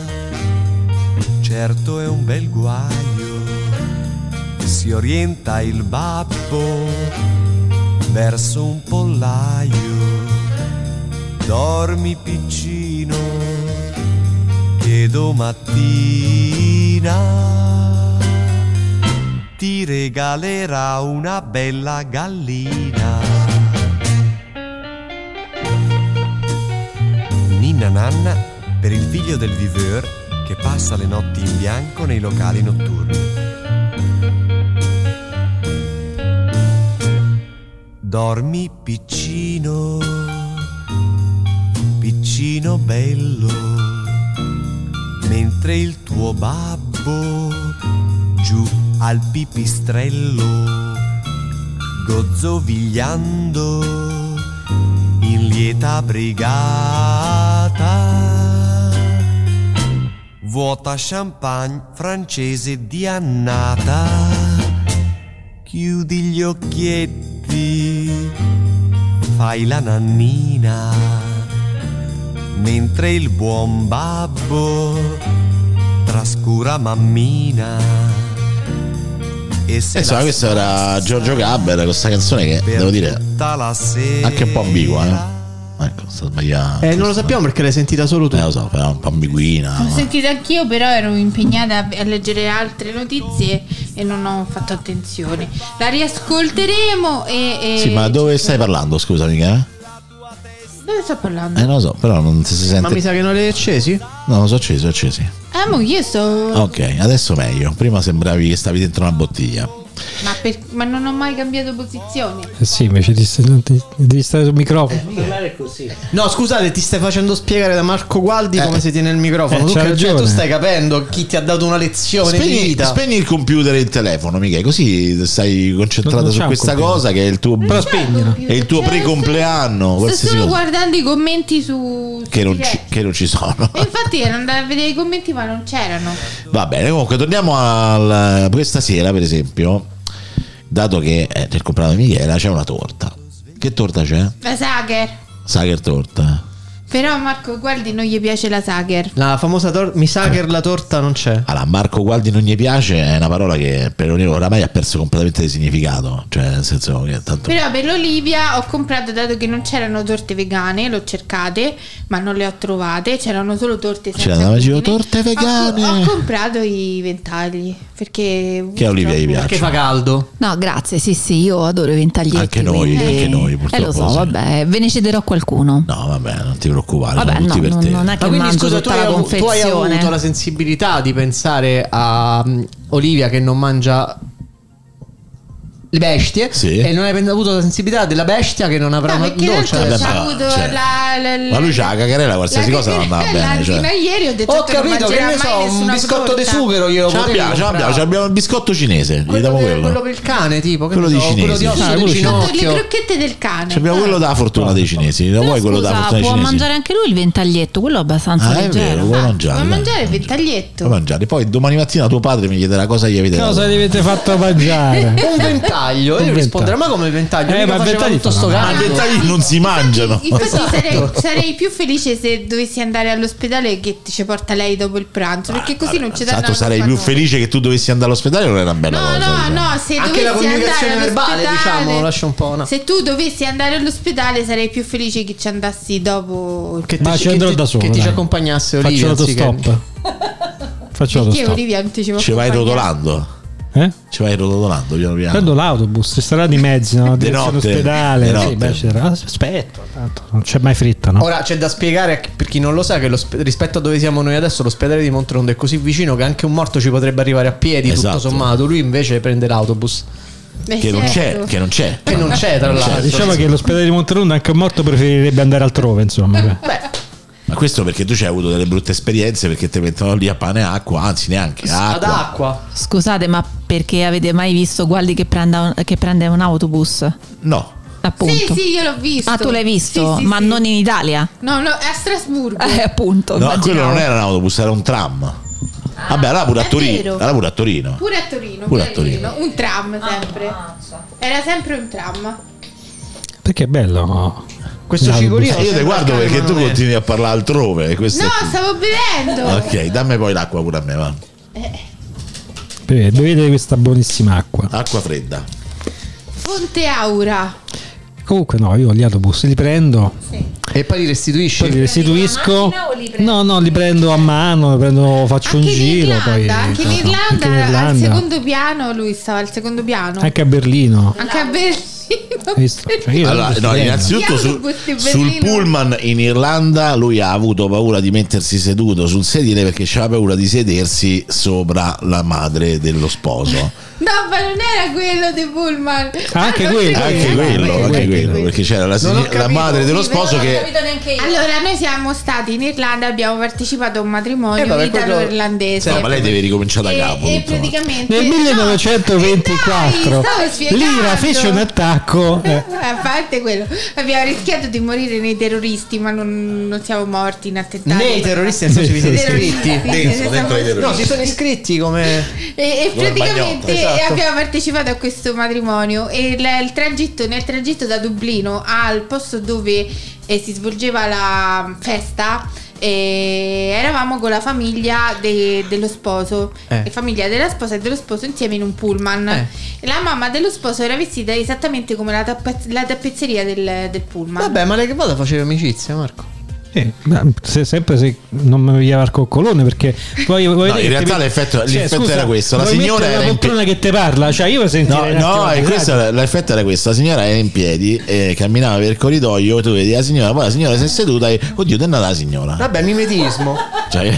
certo è un bel guaio, si orienta il babbo verso un pollaio. Dormi piccino che domattina ti regalerà una bella gallina. Ninna nanna per il figlio del viveur che passa le notti in bianco nei locali notturni. Dormi piccino, piccino bello, mentre il tuo babbo giù al pipistrello gozzovigliando in lieta brigata vuota champagne francese di annata. Chiudi gli occhietti, fai la nannina mentre il buon babbo trascura mammina. E se Insomma, questo era Giorgio Gabber con questa canzone che devo dire anche un po' ambigua, eh? Ecco, sta sbagliando. Eh, non lo sappiamo perché l'hai sentita solo tu. Eh, lo so, però un po' ambiguina. L'ho sentita anch'io, però ero impegnata a leggere altre notizie e non ho fatto attenzione. La riascolteremo e... e Sì, ma dove stai parlando? Scusami, che? Dove sto parlando? Eh, non lo so, però non si sente. Ma mi sa che non li hai accesi? No, non sono accesi, ho accesi. Eh, mo io sto... Ok, adesso meglio. Prima sembravi che stavi dentro una bottiglia. Ma, per... ma non ho mai cambiato posizione. Eh sì, invece ti stai- ti- devi stare sul microfono. Parlare così. No, scusate, ti stai facendo spiegare da Marco Gualdi Eh. come si tiene il microfono. Eh, tu, c'ha che- cioè, ragione. tu stai capendo chi ti ha dato una lezione di Spegni, vita. spegni il computer e il telefono, mica, così stai concentrato Non- non su c'è un questa computer. cosa che è il tuo, Però spegnilo. è il tuo Cioè, pre-compleanno. Sto qualsiasi solo cosa. guardando i commenti su... Che su non, ci, direct. che non ci sono. E infatti ero andata a vedere i commenti ma non c'erano. Va bene, comunque torniamo al questa sera, per esempio, dato che è nel compleanno di Michela, c'è una torta. Che torta c'è? La Sager. Sacher torta. Però Marco Gualdi non gli piace la Sacher. La famosa torta, mi sa che la torta non c'è. Allora, Marco Gualdi non gli piace è una parola che per oramai ha perso completamente di significato, cioè nel senso che tanto... Però per l'Olivia ho comprato, dato che non c'erano torte vegane, l'ho cercate, ma non le ho trovate, c'erano solo torte senza C'erano glutine. torte vegane. Ho, ho comprato i ventagli perché Che a Olivia gli piace. Perché fa caldo. No, grazie, sì, sì, io adoro i ventaglietti. Anche noi, quindi- anche noi, Eh, purtroppo lo so, sì. vabbè, ve ne cederò qualcuno. No, vabbè, non ti preoccupare, Vabbè, sono tutti no, per non, te. non è che Ma quindi mangio scusa, tu tutta hai, la avu- tu hai confezione. avuto la sensibilità di pensare a um, Olivia che non mangia le bestie, Sì. e non hai avuto la sensibilità della bestia che non avrà No, una perché in dolce. realtà Vabbè, c'ha ma- avuto cioè, la, la, la- ma lui c'ha la cacarella, qualsiasi la cosa non andava cacarella, bene, cioè. fino a ieri ho detto Ho che non capito, che mangerà ne mai so, un nessuna biscotto di frutta. sughero io Ce l'abbiamo, ce l'abbiamo, ce l'abbiamo il biscotto cinese, gli quello, diamo per, quello. quello per il cane, tipo, che Quello ne dei so, quello cinesi. di osso Ah, del quello ci- Le ginocchio. crocchette del cane. Ci abbiamo quello della fortuna dei cinesi, lo Però vuoi quello della scusa, fortuna dei può cinesi? mangiare anche lui il ventaglietto, quello è abbastanza Ah, è leggero. vero, vuoi mangiare? Ma dai. mangiare il ventaglietto. Vuoi mangiare. Poi domani mattina tuo padre mi chiederà cosa gli avete dato. Cosa gli avete fatto mangiare? Un ventaglio, Un io risponderò, ventaglio. ma come il ventaglio? Eh, Mica ma il faceva ventaglio tutto fa sto una- Ma i caldo. ventagli non si mangiano. Infatti sarei, sarei più felice se dovessi andare all'ospedale che ti ci porta lei dopo il pranzo, perché così non ci danno Tanto la sarei colpa più a noi. felice che tu dovessi andare all'ospedale, non è una bella No, cosa. no, diciamo. no, se Anche la dovessi comunicazione andare verbale, all'ospedale- diciamo, lascia un po', no? Se tu dovessi andare all'ospedale sarei più felice che ci andassi dopo. Che Ma ti, ci che andrò ti- da solo, che ti ci dai. accompagnasse Faccio Olivia anziché- l'autostop. Faccio Perché l'autostop. Olivia non ti ci può Ci vai accompagnare? rotolando. Eh? Ci vai rotolando piano piano. Prendo l'autobus, ci sarà di mezzo, no? Di Direzione notte, ospedale. di Sì, notte. beh, c'era- ah, aspetta, tanto non c'è mai fritta, no? Ora c'è da spiegare per chi non lo sa che lo spe- rispetto a dove siamo noi adesso l'ospedale di Monterondo è così vicino che anche un morto ci potrebbe arrivare a piedi, Esatto. tutto sommato. Lui invece prende l'autobus, Beh, Che non c'è, certo. che non c'è. che non c'è tra l'altro. Diciamo che l'ospedale di Monterondo anche un morto preferirebbe andare altrove, insomma. Beh, Ma questo perché tu ci hai avuto delle brutte esperienze, perché ti mettono lì a pane e acqua, anzi neanche ad acqua. acqua. Scusate, ma perché avete mai visto Gualdi che, prenda un- che prende un autobus? No. Appunto. Sì, sì, io l'ho visto. Ah, tu l'hai visto? Sì, sì, ma sì. non in Italia? No, no, è a Strasburgo. Eh, appunto. No, immaginavo. quello non era un autobus, era un tram. Vabbè, allora pure a è Torino. vero. Allora pure a Torino. Pure a Torino. Pure a a Torino. Un tram sempre. Era sempre un tram. Perché è bello, no? Questo L'autobus. cigolino Eh, io ti sembra guardo il cane, perché ma tu non è. continui a parlare altrove. e questo No, è- stavo bevendo. Ok, dammi poi l'acqua pure a me, va. Bevete, bevete questa buonissima acqua. Acqua fredda. Fonte Aura. Comunque no, io gli autobus li prendo, E poi li restituisci. poi li restituisco. macchina o li prendi? No, no, li prendo a mano, li prendo, faccio Anche un in giro. Irlanda, Poi, anche in no, no, Irlanda, anche in al Irlanda, secondo piano, lui stava al secondo piano. anche a Berlino. Anche a Berlino. Hai visto? Cioè, io Allora, li no, prendo. innanzitutto Gli sul, autobus di sul Berlino. pullman in Irlanda lui ha avuto paura di mettersi seduto sul sedile perché aveva paura di sedersi sopra la madre dello sposo. No, ma non era quello di Pullman. Anche Ah, non quello, c'è- Anche Eh, quello, eh, anche eh, quello, eh, perché c'era la, Non ho sign- la capito. madre dello Sì, sposo però non ho che neanche io. Allora, noi siamo stati in Irlanda e abbiamo partecipato a un matrimonio Eh, vabbè, quello- italo-irlandese. no, ma lei deve ricominciare da e, capo. e insomma. praticamente Nel no, millenovecentoventiquattro eh, dai, stavo spiegando. l'Ira fece un attacco. eh. A parte quello, abbiamo rischiato di morire nei terroristi, ma non, non siamo morti in attentati. Nei terroristi, nel senso vi siete Terroristi, iscritti. sì, Dentro, siamo- dentro ai terroristi. No, si sono iscritti come. E, e Come praticamente Bagnotto, esatto. abbiamo partecipato a questo matrimonio e il, il tragitto, nel tragitto da Dublino al posto dove eh, si svolgeva la festa, eh, eravamo con la famiglia de- dello sposo, Eh. la famiglia della sposa e dello sposo insieme in un pullman. Eh. E la mamma dello sposo era vestita esattamente come la, tappa- la tappezzeria del, del pullman. Vabbè, ma lei che vada faceva amicizia, Marco. Eh, ma se, sempre se non mi via il coccolone, perché poi vuoi No, vedere in che realtà ti- l'effetto- Cioè, l'effetto scusa, era questo, la vuoi signora mettere era la in poltrona che te parla, cioè io No, sentirei un no, attimo e la questo radio. era- l'effetto era questo: la signora era in piedi e camminava per il corridoio, tu vedi la signora, poi la signora si è seduta e oddio, è nata la signora. Vabbè, mimetismo. Cioè,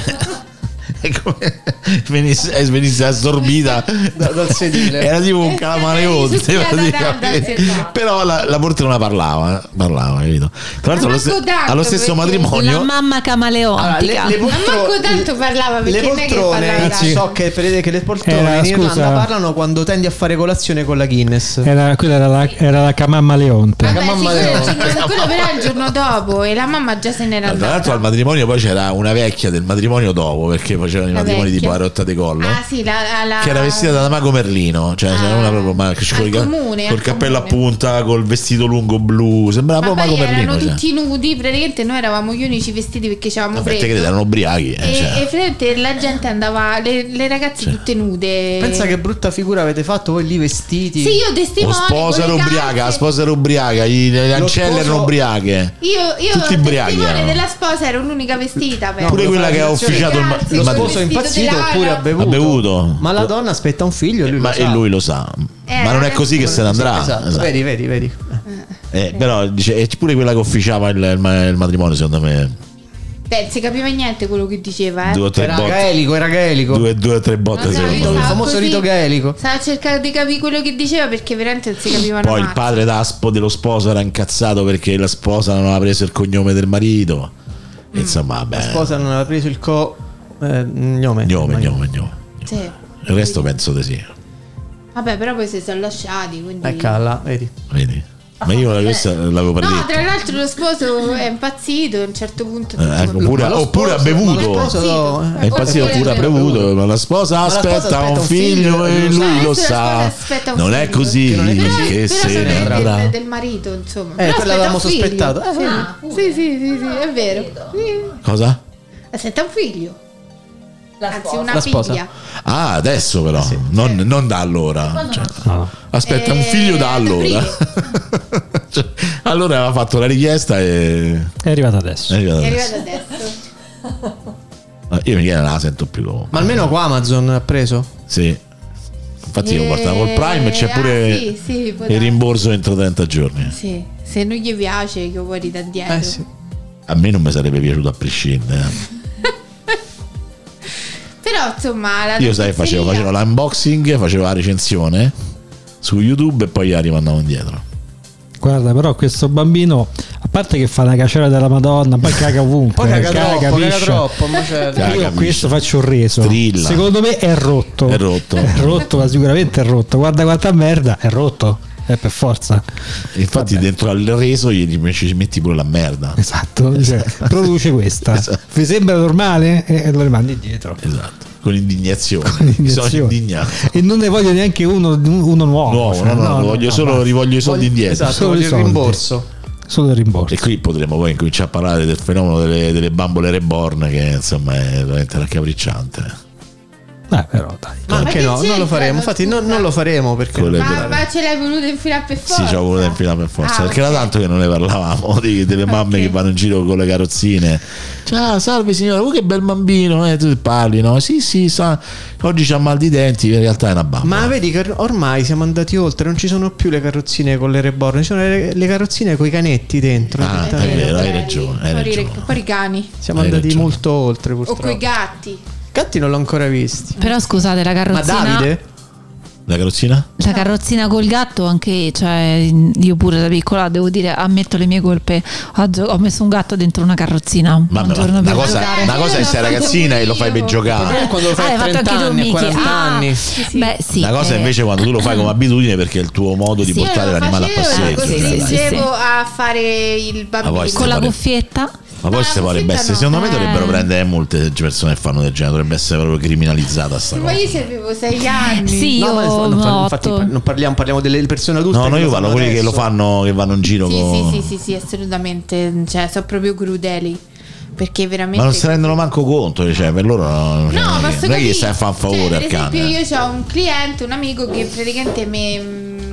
è come venisse, eh, venisse assorbita Da- dal sedile. Era tipo un Eh, camaleonte succhiata praticamente. da- da- Però la, la poltrona parlava, eh, parlava, capito? Tra l'altro Ma allo, ste- manco tanto, allo stesso perché- matrimonio La mamma Allora, camaleontica. le, le Ma poltro- manco tanto parlava, perché le non è che poltrone, parlava tanto. so che vedete che le poltrone Era, in Irlanda scusa. parlano quando tendi a fare colazione con la Guinness. Era, quella era la, era la camamma Leonte. Vabbè, mamma sì, quello, Leone. il giorno- quello però il giorno dopo e la mamma già se n'era Tra l'altro andata. al matrimonio poi c'era una vecchia del matrimonio dopo, perché poi facevano i La matrimoni vecchia. tipo a rotta di collo. Ah sì, la, la- Che era vestita da Mago Merlino, cioè Ah. c'era una proprio ma, Al col, ca- comune, col al cappello comune. a punta, col vestito lungo blu, sembrava Ma proprio poi Mago erano Merlino. Cioè. tutti nudi, praticamente noi eravamo gli unici vestiti perché c'avevamo Vabbè, te freddo. credi, erano ubriachi. eh, E, cioè. e praticamente la gente andava, le, le ragazze Cioè. tutte nude. Pensa che brutta figura avete fatto voi lì vestiti. Sì, io O testimone. sposa era con le ubriaca, la calze. sposa era ubriaca, gli- le ancelle sposo- erano ubriache. Io, io Tutti ubriachi testimone erano. della sposa ero l'unica vestita. però. Pure lo quella fa che ha attenzione. ufficiato il, ma- Ragazzi, il Lo col matrimonio. sposo è vestito impazzito di oppure ha lana. bevuto? Ha bevuto. Ma la donna aspetta un figlio e lui Ma lo e sa. lui lo sa. Eh, Ma non è così che se ne andrà. Esatto. Esatto. Vedi, vedi, vedi. Eh, però dice, è pure quella che ufficiava il, il ma- il matrimonio, secondo me. Beh, non si capiva niente quello che diceva, eh. Due o tre Era botte. gaelico, era gaelico. Due, due o tre botte, No, no, secondo io me. Il stavo famoso così. rito gaelico. Stava cercando di capire quello che diceva perché veramente non si capiva una Poi il mazza. padre d'Aspo dello sposo era incazzato perché la sposa non aveva preso il cognome del marito. Mm. Insomma, vabbè. La sposa non aveva preso il co... Eh, gnome. Gnome, gnome, gnome. Sì. Il resto penso di sì. Vabbè, però poi si sono lasciati, quindi... Ecco là, vedi. Vedi? Ma io la- questa l'avevo No, predetto. tra l'altro lo sposo è impazzito a un certo punto. Eh, ecco, oppure, Ma lo oppure ha sposo- ma bevuto. lo sposo- È impazzito Oppure oppure ha ha bevuto, ma la sposa la aspetta, sposa aspetta un un figlio figlio e e lui Adesso lo la sposa sa. aspetta un Non è figlio. così Che non è che così. Però se sono ne del- andrà. del, del marito, insomma. Eh, Però quello aspetta l'avevamo un figlio. sospettato. Eh, Sì. sì, sì, sì, sì, è vero. Sì. Cosa? Aspetta un figlio. Anzi, una La sposa. figlia. Ah, adesso però, non, non da allora. Cioè, No. aspetta, un Eh, figlio da ad allora. Cioè, allora aveva fatto la richiesta e È arrivato adesso. è arrivata È adesso. arrivato adesso. Ah, io Michele non la sento più comunque. Ma almeno qua Amazon ha preso. Sì. Infatti io Eh, portavo col Prime e c'è ah, pure sì, sì, può il darsi. rimborso entro trenta giorni. Sì, se non gli piace che vuoi da dietro. Eh sì. A me non mi sarebbe piaciuto a prescindere. Però insomma la Io sai, facevo, tazzezzeria- facevo l'unboxing, facevo la recensione su YouTube e poi la rimandavo indietro. Guarda, però questo bambino, a parte che fa una cacciara della Madonna, poi caga ovunque. Poi caga troppo, caga piscia. troppo. Ma c'è... Caga, Io a piscia. questo faccio un reso. Strilla. Secondo me è rotto. È rotto. È rotto, ma sicuramente è rotto. Guarda quanta merda, è rotto. È per forza. Infatti Vabbè. dentro al reso gli ci metti pure la merda. Esatto, cioè, produce questa. Esatto. Vi sembra normale? E lo rimandi indietro. Esatto. Con indignazione. Con Mi sono indignazione. indignato. E non ne voglio neanche uno, uno nuovo. Nuovo, cioè, no, no, no, voglio solo basta. rivoglio i soldi indietro. Esatto, Solo voglio i il soldi. rimborso. Solo il rimborso. E qui potremo poi incominciare a parlare del fenomeno delle, delle bambole reborn, che insomma è veramente raccapricciante. Eh, però dai. Ma Ma anche che no, non lo c'entra, faremo. Infatti, non, scusa? non lo faremo perché. Quello è Ma, vero. ma ce l'hai voluto infilare per forza? Sì, ci ho voluto infilare per forza. Ah, perché ok. era tanto che non ne parlavamo di- delle mamme Ok. che vanno in giro con le carrozzine. Ciao, salve signora, oh, che bel bambino. Eh, tu parli, no? Sì, sì, sa. Oggi c'ha mal di denti, in realtà è una bambola. Ma vedi che ormai siamo andati oltre, non ci sono più le carrozzine con le reborn, ci sono le, le carrozzine con i canetti dentro. Ah, Tutta- è vero, hai belli. ragione, hai Fuori- ragione. fuori i cani. Siamo Hai andati ragione. molto oltre O purtroppo. coi gatti. Gatti non l'ho ancora visti. Però scusate, la Ma carrozzina. Davide? La carrozzina? La carrozzina col gatto, anche cioè, io pure da piccola devo dire, ammetto le mie colpe. Oggi ho messo un gatto dentro una carrozzina. Ma un ma- giorno una per cosa, giocare. una cosa è sei ragazzina e lo fai per giocare. Eh, quando lo Ah, fai hai a fatto trenta anche tu, anni, a Miki? quaranta Ah, anni. Beh, sì. Una cosa eh. invece quando tu lo fai come abitudine perché è il tuo modo di Sì, portare io lo l'animale a facevo, passeggio. lo sì, sì, costringevo sì. a fare il bambino. poi Con la Pare- cuffietta. Ma poi No, se la potrebbe cuffietta essere, no. secondo me Eh. dovrebbero prendere molte persone che fanno del genere, dovrebbe essere proprio criminalizzata sta Ma cosa. io avevo sei anni. Sì, No, io ma non fa- infatti otto. non parliamo, parliamo delle persone adulte. No, no, che io lo parlo fanno quelli che lo adesso. fanno, che vanno in giro Sì, con... sì, sì, sì, sì, assolutamente. Cioè, sono proprio crudeli. Perché veramente. Ma non si rendono manco conto, cioè per loro no, cioè, No, non è posso che- non è che capire. stai a fare un favore Cioè, al per cane. esempio, eh. io ho un cliente, un amico che praticamente mi mm,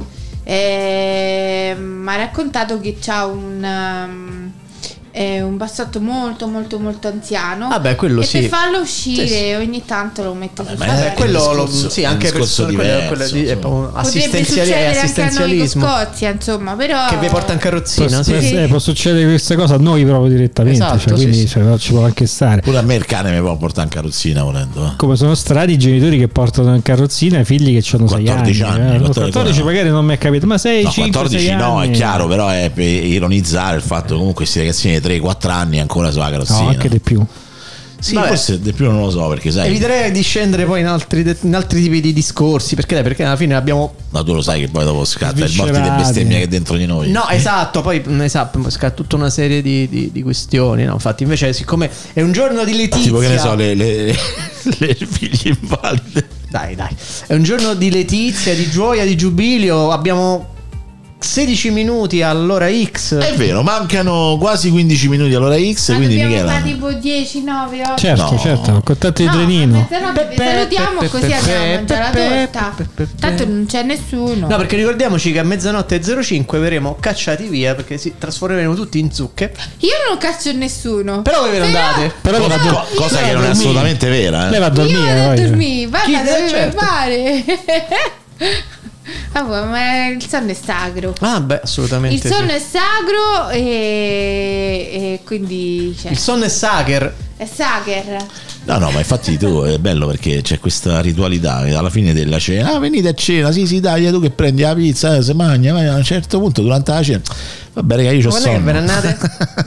eh, mi ha raccontato che c'ha un. um, eh, un bassotto molto molto molto anziano. Vabbè, quello e sì. per farlo uscire Sì, sì. ogni tanto lo metto su ma strada. è- Vabbè, quello È un lo- discorso- sì, è un anche discorso persone, quella- quella diverso, di- è insomma. proprio Potrebbe assistenziali- è succedere anche a noi con assistenzialismo Scozia, insomma, però che vi porta in carrozzina. Può, Sì. può- sì. eh, può succedere questa cosa a noi proprio direttamente, Esatto, cioè, quindi sì, sì. cioè, ci può anche stare. Pure a me il cane mi può portare in carrozzina volendo. eh. Come sono strani i genitori che portano in carrozzina i figli che hanno sei anni. quattordici anni, eh. quattordici, quattordici magari non mi è capito, ma sei No, cinque, quattordici sei no, è anni. chiaro, però è per ironizzare il fatto che comunque questi ragazzini di tre quattro anni ancora sulla carrozzina. No, anche di più. Sì, Vabbè. forse di più non lo so perché sai. Eviterei di scendere poi in altri, de- in altri tipi di discorsi, perché, perché alla fine abbiamo... Ma tu lo sai che poi dopo scatta il morti di Sviscerati. bestemmia che è dentro di noi. No, esatto, poi mm, esatto, scatta tutta una serie di, di, di questioni, no? Infatti invece siccome è un giorno di letizia... Tipo che ne so, le, le, le figlie invalide. Dai, dai. È un giorno di letizia, di gioia, di giubileo. Abbiamo sedici minuti all'ora X. È vero, mancano quasi quindici minuti all'ora X, Ma quindi dobbiamo Michela. fare tipo dieci, nove, otto. Certo, No. certo, contatto di No, trenino. a mezzanotte vi salutiamo Pe- così pe- andiamo a pe- mangiare la pe- torta. pe- pe- pe- Tanto non c'è nessuno. No, perché ricordiamoci che a mezzanotte e zero cinque verremo cacciati via perché si trasformeremo tutti in zucche. Io non caccio nessuno. Però voi ve ne andate. Però lei va a Co- dor- cosa lei che va a non è dormire. assolutamente vera. Lei Eh. va a Io dormire. vado a poi. dormire. Va, Chi- ma dove certo. fare? Vabbè, ma il sonno è sacro. Ah, beh, assolutamente. Il sì. sonno è sacro e, e quindi cioè, Il sonno è sacher. è sacher. No, no, ma infatti tu è bello perché c'è questa ritualità che alla fine della cena, ah, venite a cena, sì, sì, dai, tu che prendi la pizza, eh, se mangia, ma a un certo punto durante la cena, vabbè, raga, io c'ho Quando è che sonno. ve ne andate?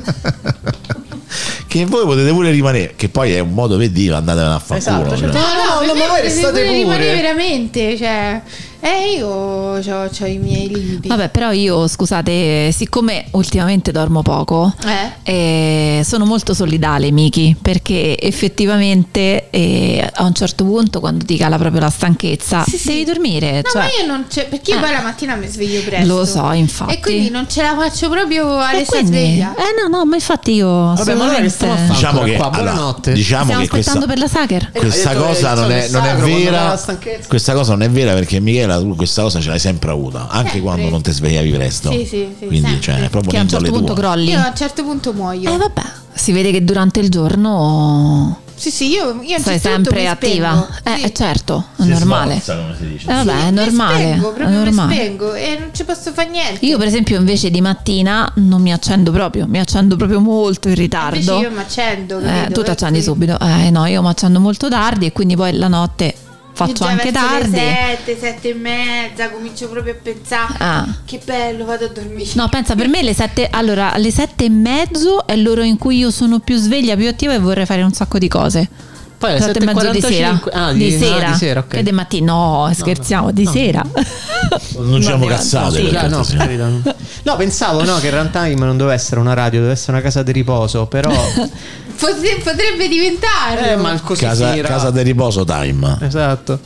Che voi potete pure rimanere, che poi è un modo per dire andatevene a fare Esatto, culo. certo. cioè. No, no, per no, me ma voi deve restate pure rimanere pure. veramente, cioè, eh, io ho, c'ho i miei limiti. Vabbè, però io, scusate, siccome ultimamente dormo poco, Eh? eh, sono molto solidale, Miki, perché effettivamente eh, a un certo punto, quando ti cala proprio la stanchezza, Sì, sì. devi dormire. No, cioè, ma io non c'è, perché io Eh. poi la mattina mi sveglio presto. Lo so, infatti. E quindi non ce la faccio proprio a E restare quindi- sveglia. Eh no, no, ma infatti io Vabbè, ma allora che assolutamente... stiamo a fare? Diciamo ancora che, qua, allora, buonanotte. diciamo Stiamo che questa, aspettando per la Sacher. Eh, questa hai detto cosa che il non è, sonno non è sacro quando dà vera. la stanchezza. Questa cosa non è vera perché Michela tu questa cosa ce l'hai sempre avuta, anche Sempre. quando non ti svegliavi presto. Sì, sì, sì, Quindi sempre. cioè, è proprio Che a un certo un'indole punto tua. crolli. Io a un certo punto muoio. Eh vabbè, si vede che durante il giorno Sì, sì, io, io a un sei certo punto sempre mi attiva. spengo. Eh, Sì. eh, certo, è Si normale. smorza, come si dice. Eh, vabbè, Sì, è mi normale. spengo, È proprio mi normale. spengo e non ci posso fare niente. Io, per esempio, invece di mattina non mi accendo proprio, mi accendo proprio molto in ritardo. Invece io mi accendo, Eh, capito? tu ti accendi E quindi- subito. Eh no, io mi accendo molto tardi e quindi poi la notte Io faccio già anche verso tardi. le sette, sette e mezza comincio proprio a pensare Ah. che bello, vado a dormire. No, pensa, per me le sette, allora, alle sette e mezzo è l'ora in cui io sono più sveglia, più attiva e vorrei fare un sacco di cose. Poi alle Sette e mezzo di sera. sette e quarantacinque. Ah, di, di, ah, sera. di sera, ok. Che di mattina? No, scherziamo, di no. sera. Non diciamo Va bene, cazzate. Scusa, per no, cortesia. per carità, no. No, pensavo no, che Runtime non doveva essere una radio, doveva essere una casa di riposo, però Potre- potrebbe diventare. eh, ma così Casa, finirà. casa di riposo time. Esatto.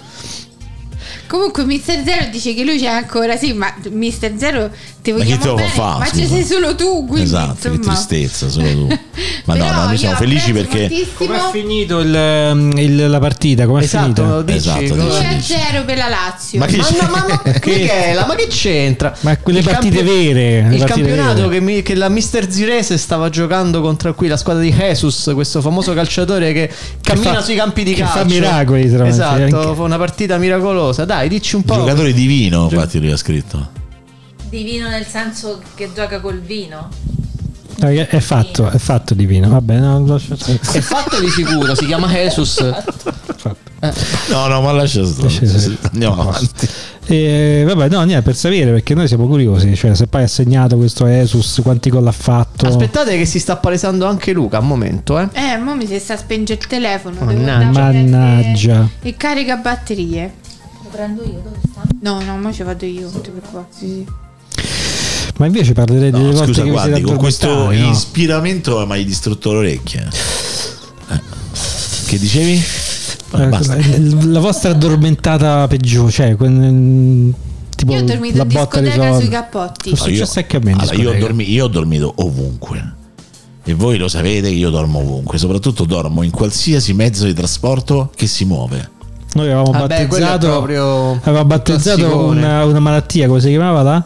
Comunque mister Zero dice che lui c'è ancora, sì, ma mister Zero ti Ma vogliamo chi te lo bene, fa? ma ci Scusa. sei solo tu, quindi Esatto, che insomma. tristezza, solo tu. Ma no, Però no, noi io siamo felici apprezzo perché moltissimo. Come è finito il, il- la partita? Come è Esatto, finita? dici, Esatto, cosa- due a dici. zero per la Lazio. Ma che Ma, no, ma, ma Che- Michela, ma che c'entra? Ma quelle Il partite campio- vere, le Il partite campionato vere. che, mi- che la mister Zirese stava giocando contro qui la squadra di Jesus, questo famoso calciatore che cammina fa- sui campi di che calcio. fa miracoli, tra l'altro, Esatto, anche. fa una partita miracolosa. Dai, dici un po'. giocatore divino, infatti lui ha scritto. Divino nel senso che gioca col vino. Eh, È fatto, è fatto di vino. Vabbè, no, lascia stare. È fatto di sicuro, si chiama Jesus. Fatto. No, no, ma lascia stare. Lascia stare. Andiamo avanti. E, vabbè, no, niente, per sapere perché noi siamo curiosi. Cioè, se poi ha segnato questo Jesus, quanti gol ha fatto? Aspettate che si sta palesando anche Luca, un momento, eh. Eh, mo mi si sta a spengere il telefono. devo Mannaggia. andare a prendere Mannaggia. il caricabatterie. Lo prendo io, dove sta? No, no, ma ci vado io. non ti preoccupare. Sì, sì. Ma invece parlerei delle No, volte scusa, che vi siete guardi, con questo addormentati, no? ispiramento mi hai distrutto le orecchie. Eh. Che dicevi? Vabbè, Eh, basta. La vostra addormentata peggiore, cioè quel- tipo Io ho dormito la in botta di discoteca soldi. sui cappotti. È successo anche a me in Allora, io, ho discoteca. dormi- io ho dormito ovunque. E voi lo sapete che io dormo ovunque. Soprattutto dormo in qualsiasi mezzo di trasporto che si muove. Noi avevamo Vabbè, quello è battezzato, proprio avevamo battezzato classicone. una, una malattia, come si chiamava là?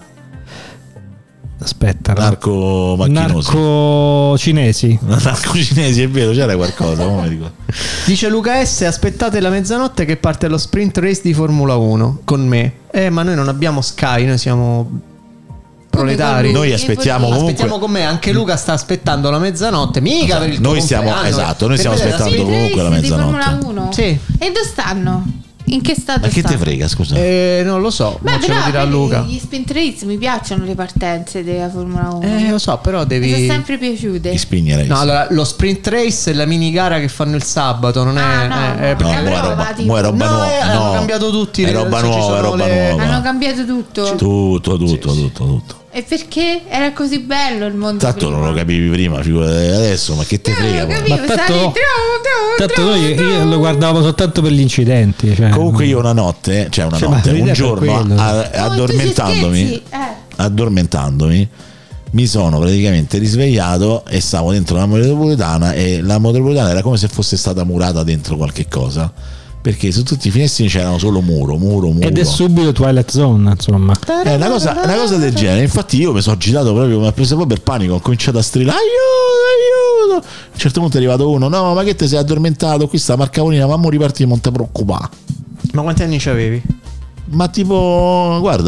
Aspetta, no? Narco macchinosi. narco cinesi. Narco cinesi, è vero, c'era qualcosa. mo mi dico. Dice Luca S, aspettate la mezzanotte che parte lo sprint race di Formula uno con me. Eh, ma noi non abbiamo Sky, noi siamo proletari. con lui? Noi aspettiamo comunque. Aspettiamo con me, anche Luca sta aspettando la mezzanotte, mica per il tuo Noi stiamo- compleanno. esatto, noi Per stiamo vedere la aspettando sprint comunque la Race di mezzanotte. Formula uno? Sì. E dove stanno? In che stato Ma che sta? te frega, scusa? Eh, non lo so, Beh, ma ce lo però dirà vedi, Luca. gli sprint race mi piacciono le partenze della Formula uno. Eh, lo so, però Mi devi. sono sempre piaciute. Ti spingere. No, allora, lo sprint race è la mini gara che fanno il sabato, non è. Ah, no, è- no. è- No, Però mo' è va, roba, tipo- mo' è roba No, nuova. eh, hanno cambiato tutti, È le- roba ci nuova, è sono roba le- nuova. Hanno cambiato tutto. Tutto, tutto, tutto, tutto. E perché? Era così bello il mondo. Tanto prima. non lo capivi prima, figurati adesso, ma che te Eh, frega? lo poi? capivo, Ma tanto- sai, trovo, trovo, Tanto trovo, noi trovo. io lo guardavo soltanto per gli incidenti. Cioè, Comunque io una notte, cioè una Cioè, ma notte, l'idea un è giorno, quello. a- Oh, tu ci addormentandomi, scherzi? Eh. addormentandomi, mi sono praticamente risvegliato e stavo dentro la metropolitana e la metropolitana era come se fosse stata murata dentro qualche cosa, perché su tutti i finestrini c'erano solo muro, muro, muro. ed è subito Twilight Zone, insomma. È una cosa, una cosa del genere. Infatti io mi sono agitato proprio, mi ha preso proprio per panico, ho cominciato a strillare aiuto, aiuto. A un certo punto è arrivato uno, no ma che te sei addormentato, qui sta Marcavolina, mamma ripartire, non ti preoccupare. Ma quanti anni c'avevi? Ma tipo, guarda,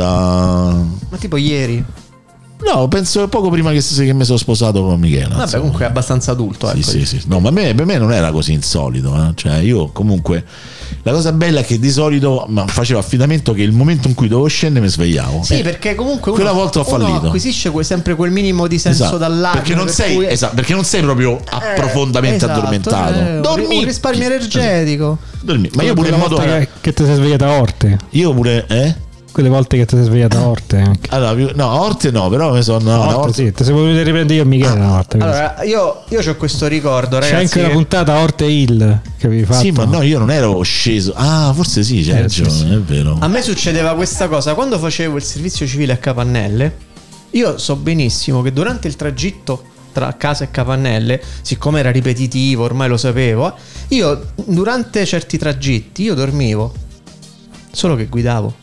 Ma tipo ieri. no, penso poco prima che, che mi sono sposato con Michela. Vabbè, insomma. comunque è abbastanza adulto. Sì, ecco. sì, sì. No, ma a me, per me non era così insolito. Eh? Cioè, io comunque la cosa bella è che di solito ma facevo affidamento che il momento in cui dovevo scendere mi svegliavo. Sì, Eh, perché comunque uno, quella volta ho uno fallito. acquisisce que- sempre quel minimo di senso esatto, d'allarme. perché non, per sei, cui- esatto, perché non sei proprio Eh, approfondamente esatto, addormentato. eh, un- Dormi. un risparmio energetico. Dormi. Ma io pure in Quella modo. volta che, che ti sei svegliata a Orte. Io pure. Eh? Quelle volte che ti sei svegliata a Orte anche. Allora, più- no, a Orte no, però mi sono. No, Orte, a Orte- sì, ti sei voluto riprendere io e Michele una volta. Allora, io, io ho questo ricordo, C'è ragazzi. anche una che- puntata a Orte Hill che avevi fatto. Sì, ma no, io non ero sceso. Ah, forse sì, c'è Eh, ragione, sì, sì. è vero. A me succedeva questa cosa quando facevo il servizio civile a Capannelle. Io so benissimo che durante il tragitto tra casa e Capannelle, siccome era ripetitivo, ormai lo sapevo, io durante certi tragitti io dormivo, solo che guidavo.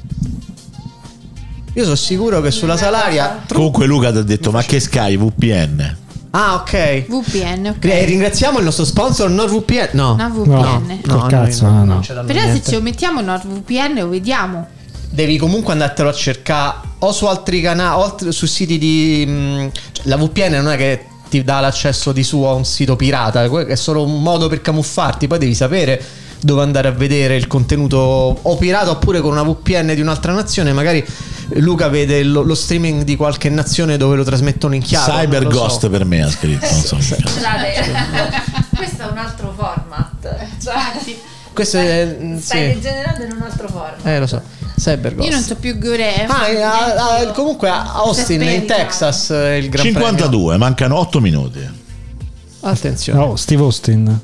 Io sono sicuro che sulla Salaria. Comunque Luca ti ha detto, ma che Sky V P N? Ah, ok. V P N, ok. Eh, ringraziamo il nostro sponsor NordVPN. No, No, V P N. No. Col cazzo, noi no, no. non ce l'hanno Però niente. se ci mettiamo NordVPN lo vediamo. Devi comunque andartelo a cercare o su altri canali o alt- su siti di mh, cioè, la V P N non è che ti dà l'accesso di suo a un sito pirata, que- è solo un modo per camuffarti. Poi devi sapere dove andare a vedere il contenuto o pirata oppure con una V P N di un'altra nazione. Magari Luca vede lo, lo streaming di qualche nazione dove lo trasmettono in chiaro. Cyber non lo so. Ghost per me ha scritto. Non so che cazzo. Scusate, questo è un altro format. Cioè, Questo è mh, stai sì. degenerando in un altro format. Eh lo so. Cyber Ghost. Io non so più gore. Ah, eh, ah, ah, comunque a Austin in Aspetta. Texas eh, il Gran Premio. cinquantadue, mancano otto minuti. Attenzione. No, Steve Austin.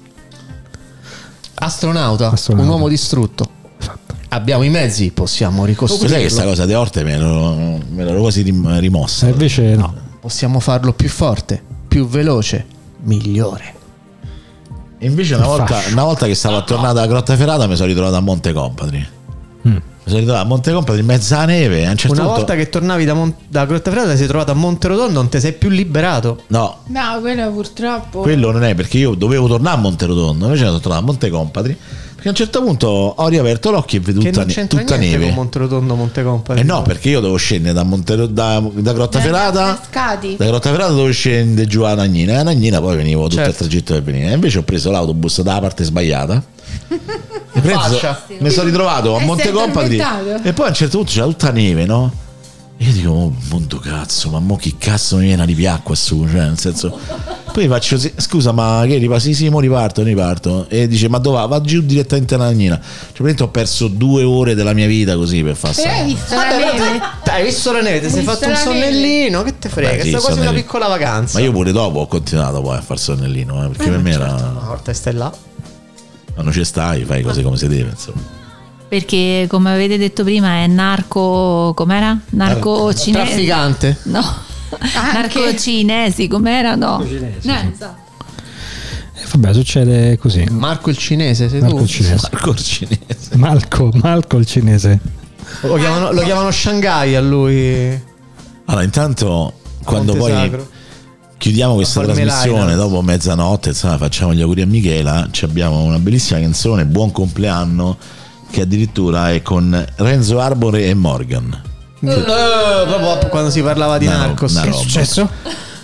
Astronauta, Astronauta. un uomo distrutto. Esatto. Abbiamo i mezzi, possiamo Cos'è che ricostruirlo. sta cosa di Orte me l'ero, me l'ero quasi rim- rimossa. E invece no. Possiamo farlo più forte, più veloce, migliore. E invece una Il volta, fascio. una volta che stavo tornata a Grotta Ferrata mi sono ritrovato a Monte Compatri. Mm. Mi sono ritrovato a Monte Compatri in mezzo alla neve. A un certo Una punto. volta che tornavi da, Mon- da Grotta Ferrata, ti sei trovato a Monterotondo, non ti sei più liberato. No, No, quello purtroppo. quello non è perché io dovevo tornare a Monterotondo. Invece mi sono trovato a Monte Compatri. Perché a un certo punto ho riaperto l'occhio e vedo Che tutta, non ne- c'entra tutta niente neve. con Monterotondo, Montecompatri. Eh no, perché io devo scendere da, Montero, da, da Grotta Da- Ferrata. Pescati. Da Grotta Ferrata dovevo scendere giù a Nagnina. E a Nagnina poi venivo tutto Certo. il tragitto per venire. E invece ho preso l'autobus dalla parte sbagliata. E preso- Faccia. mi sono ritrovato a E Monte sei Compatri. addormentato? E poi a un certo punto c'era tutta neve, no? E io dico, oh, mondo cazzo, ma mo che cazzo mi viene a ripiare qua su? Cioè, nel senso. Poi faccio, sì, scusa, ma che riparto? Sì, sì, mo riparto, riparto. E dice, ma dove va? Va giù direttamente a Nagnina. Cioè, praticamente ho perso due ore della mia vita così per fare Però hai sta. visto la Vabbè, ma neve? te- hai visto la neve? Ti sei Hai fatto un visto la neve? sonnellino? Che te frega? Beh, sì, È stata quasi una sonnellino. piccola vacanza. Ma io pure dopo ho continuato poi a far sonnellino, eh, perché per me era. Una volta che stai là. Quando ci stai, fai cose come si deve, insomma. Perché come avete detto prima è narco, com'era? Narco cinese. Trafficante. No. Narco cinesi, com'era? No. cinesi, No, sì. esatto. E vabbè, succede così. Marco il cinese, sei Marco tu? il cinese. Marco il cinese. Malco, Malco il cinese. Lo chiamano, lo chiamano Shanghai a lui. Allora, intanto, quando Monte poi Sacro. chiudiamo questa Parmelaina. trasmissione, dopo mezzanotte, insomma, facciamo gli auguri a Michela. Ci abbiamo una bellissima canzone, Buon compleanno, che addirittura è con Renzo Arbore e Morgan. Eh, proprio quando si parlava di Una roba- Narcos. una Che è roba. successo?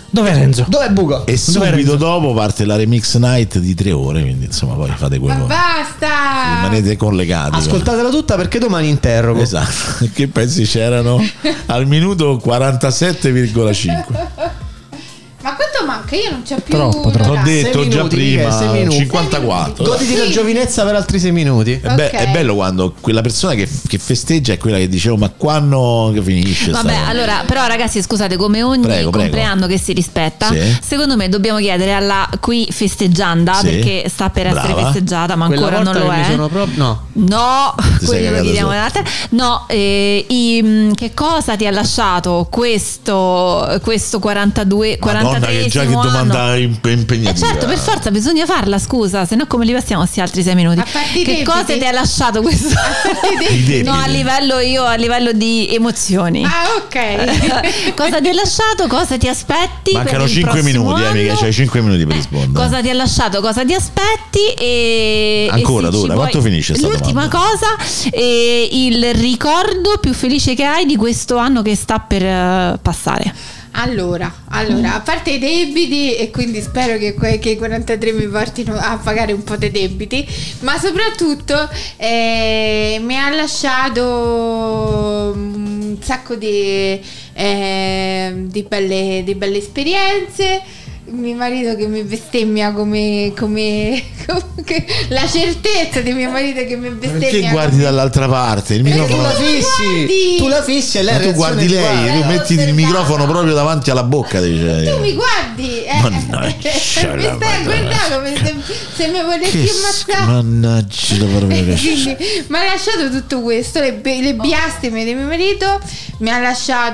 Dov'è Renzo? Dov'è Bugo? E Dov'è subito Renzo? dopo parte la remix night di tre ore, quindi insomma poi fate Ma quello. basta! Rimanete collegati. Ascoltatela tutta perché domani interrogo. Esatto, che pezzi c'erano al minuto quarantasette virgola cinque. Ma quanto manca? Io non c'ho più. Troppo, troppo. L'ho l'orario. detto Sei già minuti, prima, Michele, sei minuti. cinquantaquattro. Goditi la Sì. giovinezza per altri sei minuti. È, be- Ok. è bello quando quella persona che, che festeggia è quella che dicevo ma quando che finisce Vabbè, sta- allora, però ragazzi, scusate, come ogni Prego, prego. compleanno che si rispetta, Sì. secondo me dobbiamo chiedere alla qui festeggianda, Sì. perché sta per essere Brava. festeggiata, ma Quella ancora non volta lo che mi è. sono proprio- no. No, Ti sei quello lo cagato chiediamo sotto. nella te- No, eh, i, mh, che cosa ti ha lasciato questo, questo quarantadue, Madonna, quarantatreesimo che già che domanda anno? imp- Eh impegnativa. certo, per forza bisogna farla, scusa, se no come li passiamo questi altri sei minuti? A parte i Che debiti? cosa ti ha lasciato questo? I debiti. No, a livello io, a livello di emozioni. Ah, ok. Cosa ti ha lasciato? Cosa ti aspetti? Mancano per il cinque prossimo minuti, eh, mica anno? c'hai cinque minuti per rispondere. Cosa ti ha lasciato? Cosa ti aspetti? E, Ancora, e se ci dura, vuoi- quanto finisce sta L'ultima domanda? cosa, e il ricordo più felice che hai di questo anno che sta per eh, passare. Allora, allora, a parte i debiti, e quindi spero che, que- che i quarantatré mi portino a pagare un po' dei debiti, ma soprattutto eh, mi ha lasciato un sacco di, eh, di, belle, di belle esperienze. Mio marito che mi bestemmia come, come, come la certezza di mio marito che mi bestemmia. Perché guardi come- dall'altra parte? Il Perché Tu microfono. la tu mi fissi, guardi? tu la fissi e lei Ma tu reazione guardi lei, uguale. tu L'ho metti il osservata. microfono proprio davanti alla bocca. Dice, Tu mi guardi, eh. Mannaggia mi stai la a guardare come se, se mi volessi che sch- ammazzare. mannaggia proprio che Quindi mi ha lasciato tutto questo, le, be- le biastime di mio marito, mi ha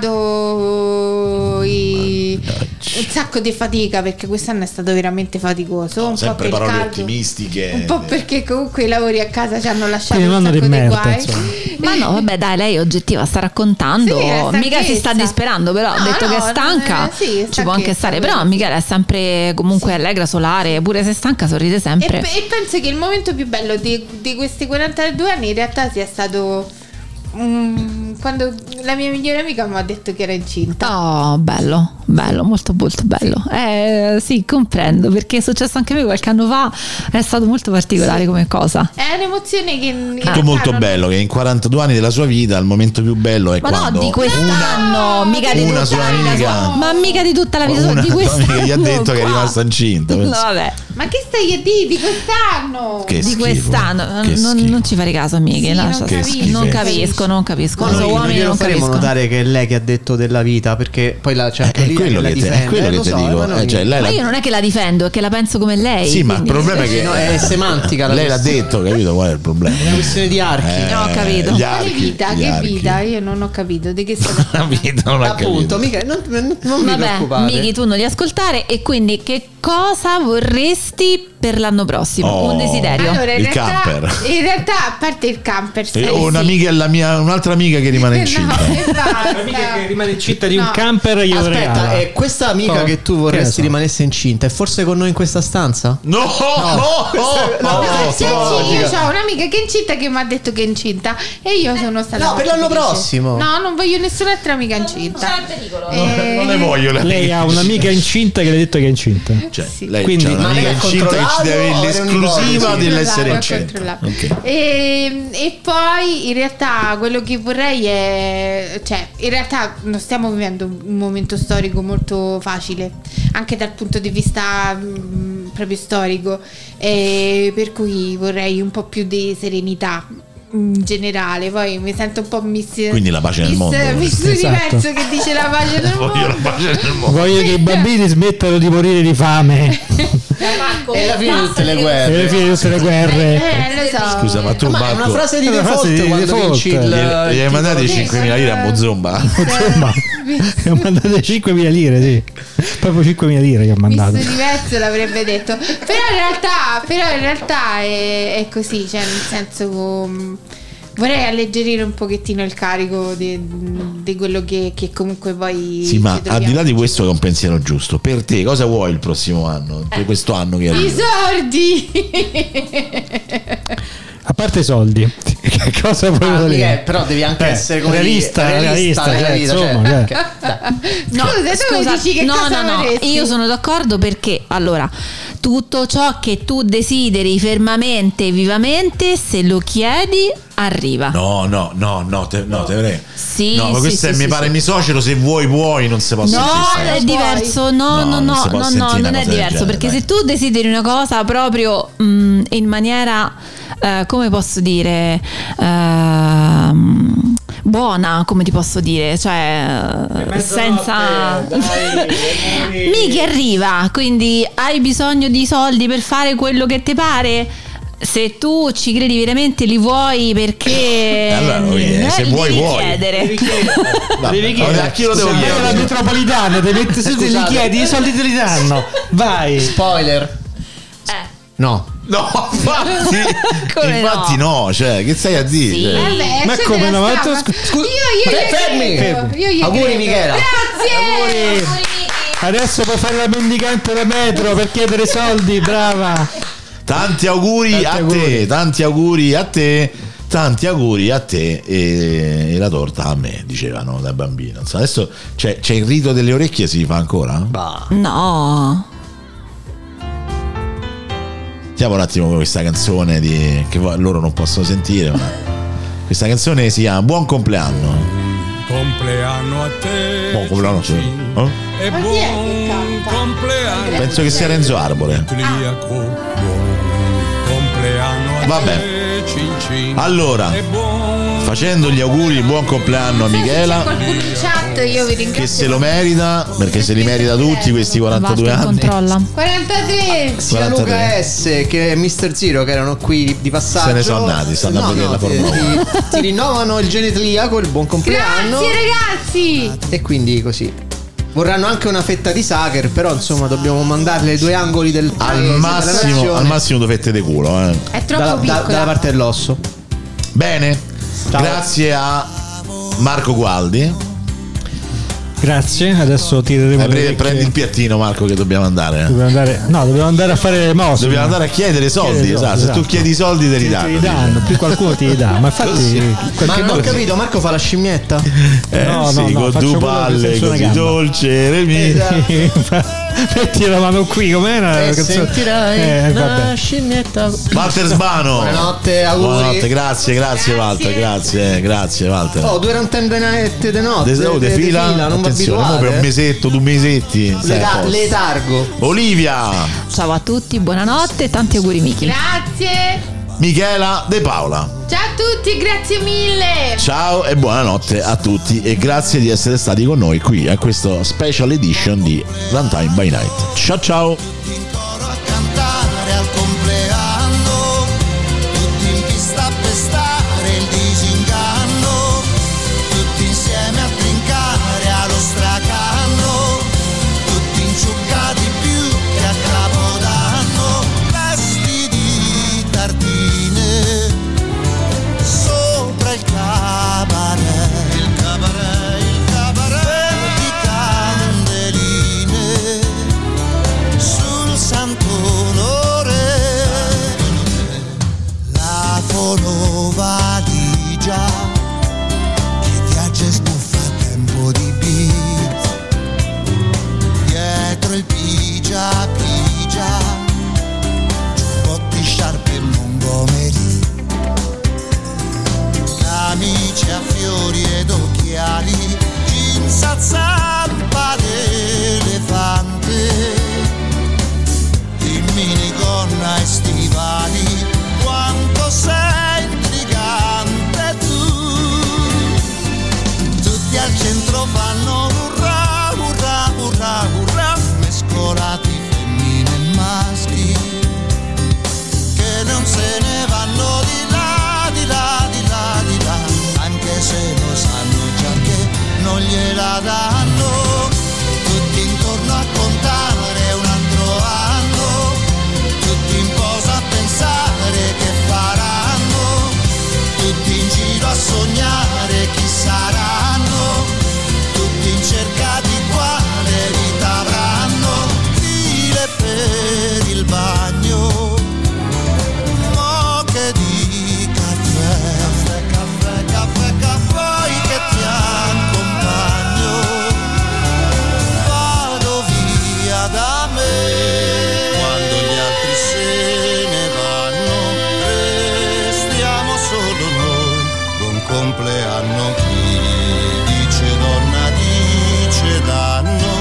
lasciato i- un sacco di fatica perché quest'anno è stato veramente faticoso. Un po' sempre per parole caldo, ottimistiche. un po' perché comunque i lavori a casa ci hanno lasciato Quindi un un anno sacco di di merda, guai. insomma. Ma no, vabbè, dai, lei è oggettiva, sta raccontando. Sì, è Mica si sta stanchezza. disperando, però No, ha detto no, che è non stanca. è- sì, è ci può anche stanchezza, stare, quello. però Michele è sempre comunque allegra, solare, pure se è stanca sorride E, sempre. pe- e penso che il momento più bello di, di questi quarantadue anni in realtà sia stato mm, quando la mia migliore amica mi ha detto che era incinta. Oh, bello, bello, molto molto bello. Eh, sì, comprendo, perché è successo anche a me qualche anno fa, è stato molto particolare come cosa. È un'emozione che in Tutto realtà molto non- bello, che in quarantadue anni della sua vita il momento più bello è Ma quando no, di quest'anno, mica di una tutta sua la vita amica- sua. Ma mica di tutta la vita sua, una di tua quest'anno. amica gli ha detto che è qua. rimasta incinta. No, penso. vabbè. Ma che stai a dire di quest'anno? Che Di schifo, quest'anno che non, schifo. non ci fare caso, amiche. Sì, lascia non stare. capisco. non Che capisco, non capisco. Ma Non so, noi non uomini glielo non faremo capiscono. notare che è lei che ha detto della vita, perché poi la certo È lì quello la che te- è difende, quello eh, che lo ti so, dico. ma noi- Eh, cioè, lei Ma la- io non è che la difendo, è che la penso come lei. Sì, ma il quindi- problema è che No, è semantica la lei l'ha questione. detto, capito qual è il problema? È una questione di archi. Eh, No, ho capito. gli Quale archi, vita? gli Che archi. vita? Io non ho capito di che stai La vita non ha Appunto, capito. mica, non, non, non mi Vabbè, preoccupare. Miki, tu non li ascoltare. E quindi che cosa vorresti per l'anno prossimo? Oh. Un desiderio. Allora, in Il realtà, camper. in realtà, a parte il camper, sì, E ho sì. un'amica, la mia, un'altra amica che rimane incinta. No, e basta. L'amica che rimane incinta di un No. camper glielo Aspetta, regala. e questa amica Oh, che tu che vorresti ne so. rimanesse incinta è forse con noi in questa stanza? No, no, no, no, no. Sì, sì, io ho un'amica che è incinta che mi ha detto che è incinta e io sono stata No, per molto l'anno felice. prossimo. No, non voglio nessun'altra amica incinta. Eh, Non ne voglio. le Lei ha amiche un'amica incinta che le ha detto che è incinta. Cioè, Sì. lei Quindi- c'ha un'amica Ma lei ha incinta che ci deve controllato o l'esclusiva era dell'essere Controllato, incinta. controllato. Ok. E, e poi in realtà quello che vorrei è, cioè, in realtà non stiamo vivendo un momento storico molto facile, anche dal punto di vista mh, proprio storico, e per cui vorrei un po' più di serenità in generale. Poi mi sento un po' miss, Quindi la pace nel miss, mondo. miss Esatto. Universo che dice la pace nel Voglio la mondo. pace nel mondo. Voglio che i bambini smettano di morire di fame. E la fine di tutte le E guerre. alla fine di tutte le guerre. Eh, lo so. Scusa, ma tu Ma è una Marco frase di È una default frase di quando default. vinci il, gli, gli hai il mandati titolo. cinquemila lire a Mozomba? Insomma, gli ho mandato cinquemila lire, sì. Proprio cinquemila lire che ho mandato. Miss Universo l'avrebbe detto. Però in realtà, però in realtà è, è così, cioè nel senso um, vorrei alleggerire un pochettino il carico di, di quello che, che comunque poi Sì, ma ci al di là troviamo. di questo che è un pensiero giusto, per te cosa vuoi il prossimo anno? Per questo anno che I arriva? sordi. A parte i soldi, che cosa vuoi Ah, dire? Michele, però devi anche Eh, essere come realista, dire, realista, nella cioè, vita, insomma, cioè, cioè. ok, dai. No, Scusa, tu mi dici che no, cosa no, no, vorresti? io sono d'accordo perché allora tutto ciò che tu desideri fermamente e vivamente, se lo chiedi, arriva. No, no, no, no, te, no, te prego. Sì, no, ma sì, questo sì, è sì, mi pare sì. misocero, se vuoi puoi, non si può No, sentire. è diverso. No, No, no, non no, si può no, sentire no, una non è cosa del diverso. genere, Perché dai. se tu desideri una cosa proprio mh, in maniera, eh, come posso dire, ehm, buona, come ti posso dire, cioè eh, senza mica arriva. Quindi hai bisogno di soldi per fare quello che ti pare. Se tu ci credi veramente, li vuoi perché Allora, eh, se li vuoi, devi vuoi. chiedere. Vabbè, Devi allora, a chi lo devo Se vai alla chiedere? metropolitana, ti metti su e li Scusate. chiedi, i soldi te li danno. Vai. Spoiler. Eh. No. No, infatti, Come infatti no? Cioè, che stai a dire? Sì. Cioè, Vabbè, Ma c'è come della no? Ma tu strada. scu- scu- io, io, io, Fermi. credo. Io, io Auguri, credo. Michela. Grazie. Adesso puoi fare la mendicante alla metro per chiedere soldi, brava. tanti auguri Tanti a auguri. te, tanti auguri a te, tanti auguri a te e, e la torta a me, dicevano da bambino. Insomma, adesso c'è, c'è il rito delle orecchie, si fa ancora? No. Sentiamo un attimo con questa canzone di, che vo- loro non possono sentire, ma questa canzone si chiama Buon compleanno. Compleanno a te. Buon compleanno, sì. Eh? E Ma chi è che buon canta? compleanno. Penso che sia Renzo Arbore. Ubriaco, buon compleanno a Vabbè. te. Cin cin. Allora, E buon facendo gli auguri, buon compleanno a C'è Michela, qualcuno in chat, io vi ringrazio. che se lo merita, perché se li merita tutti questi quarantadue Walter anni. controlla. quarantatré. Sia quarantatré. Luca S che mister Zero, che erano qui di passaggio, Se ne sono andati, stanno a vedere la ti, Formula uno. ti, ti rinnovano il genitaliaco, il buon compleanno. Grazie ragazzi. E quindi così. Vorranno anche una fetta di Sacher, però insomma dobbiamo mandarle ai due angoli del paese, Al della massimo, nazione, al massimo dovete de culo, eh. È troppo dalla, da- piccola. dalla parte dell'osso. Bene, Ciao. grazie a Marco Gualdi. Grazie, adesso tireremo Eh, le pre- orecchie. prendi il piattino, Marco, che dobbiamo andare. eh. Dobbiamo andare, no, dobbiamo andare a fare le Dobbiamo andare a chiedere soldi, Chiedere esatto. soldi, Se tu esatto. chiedi i soldi te li Ti- danno. te li dice. danno, più qualcuno ti li dà. Ma infatti, Ma qualche non ho volta- capito, Marco fa la scimmietta? Eh, No, sì, no, no, con faccio due quello che palle senza una così gamba. dolce, Remi. Metti la mano qui, com'era? E la canzone? sentirai Eh, la vabbè. scimmietta. Walter Sbano. Buonanotte, auguri. Buonanotte, grazie, grazie Walter, grazie, grazie Walter. Oh, due rantende de notte. De- oh, de- de de fila, fila, non vi attenzione, mo per un abituate. mesetto, due mesetti. sai, Leta- a posto. letargo. Olivia, Ciao a tutti, buonanotte e tanti auguri Miki. Grazie. Michela De Paola. Ciao a tutti, grazie mille. Ciao e buonanotte a tutti e grazie di essere stati con noi qui a questo special edition di Runtime by Night. Ciao ciao! a cantare al compleanno, tutti in pista a pestare il disinganno, tutti insieme a trincare allo stracanno, tutti inciuccati più che a Capodanno, vesti di tartine sopra il cabaret, il cabaret, il cabaret di candeline sul compleanno. Chi dice donna dice danno.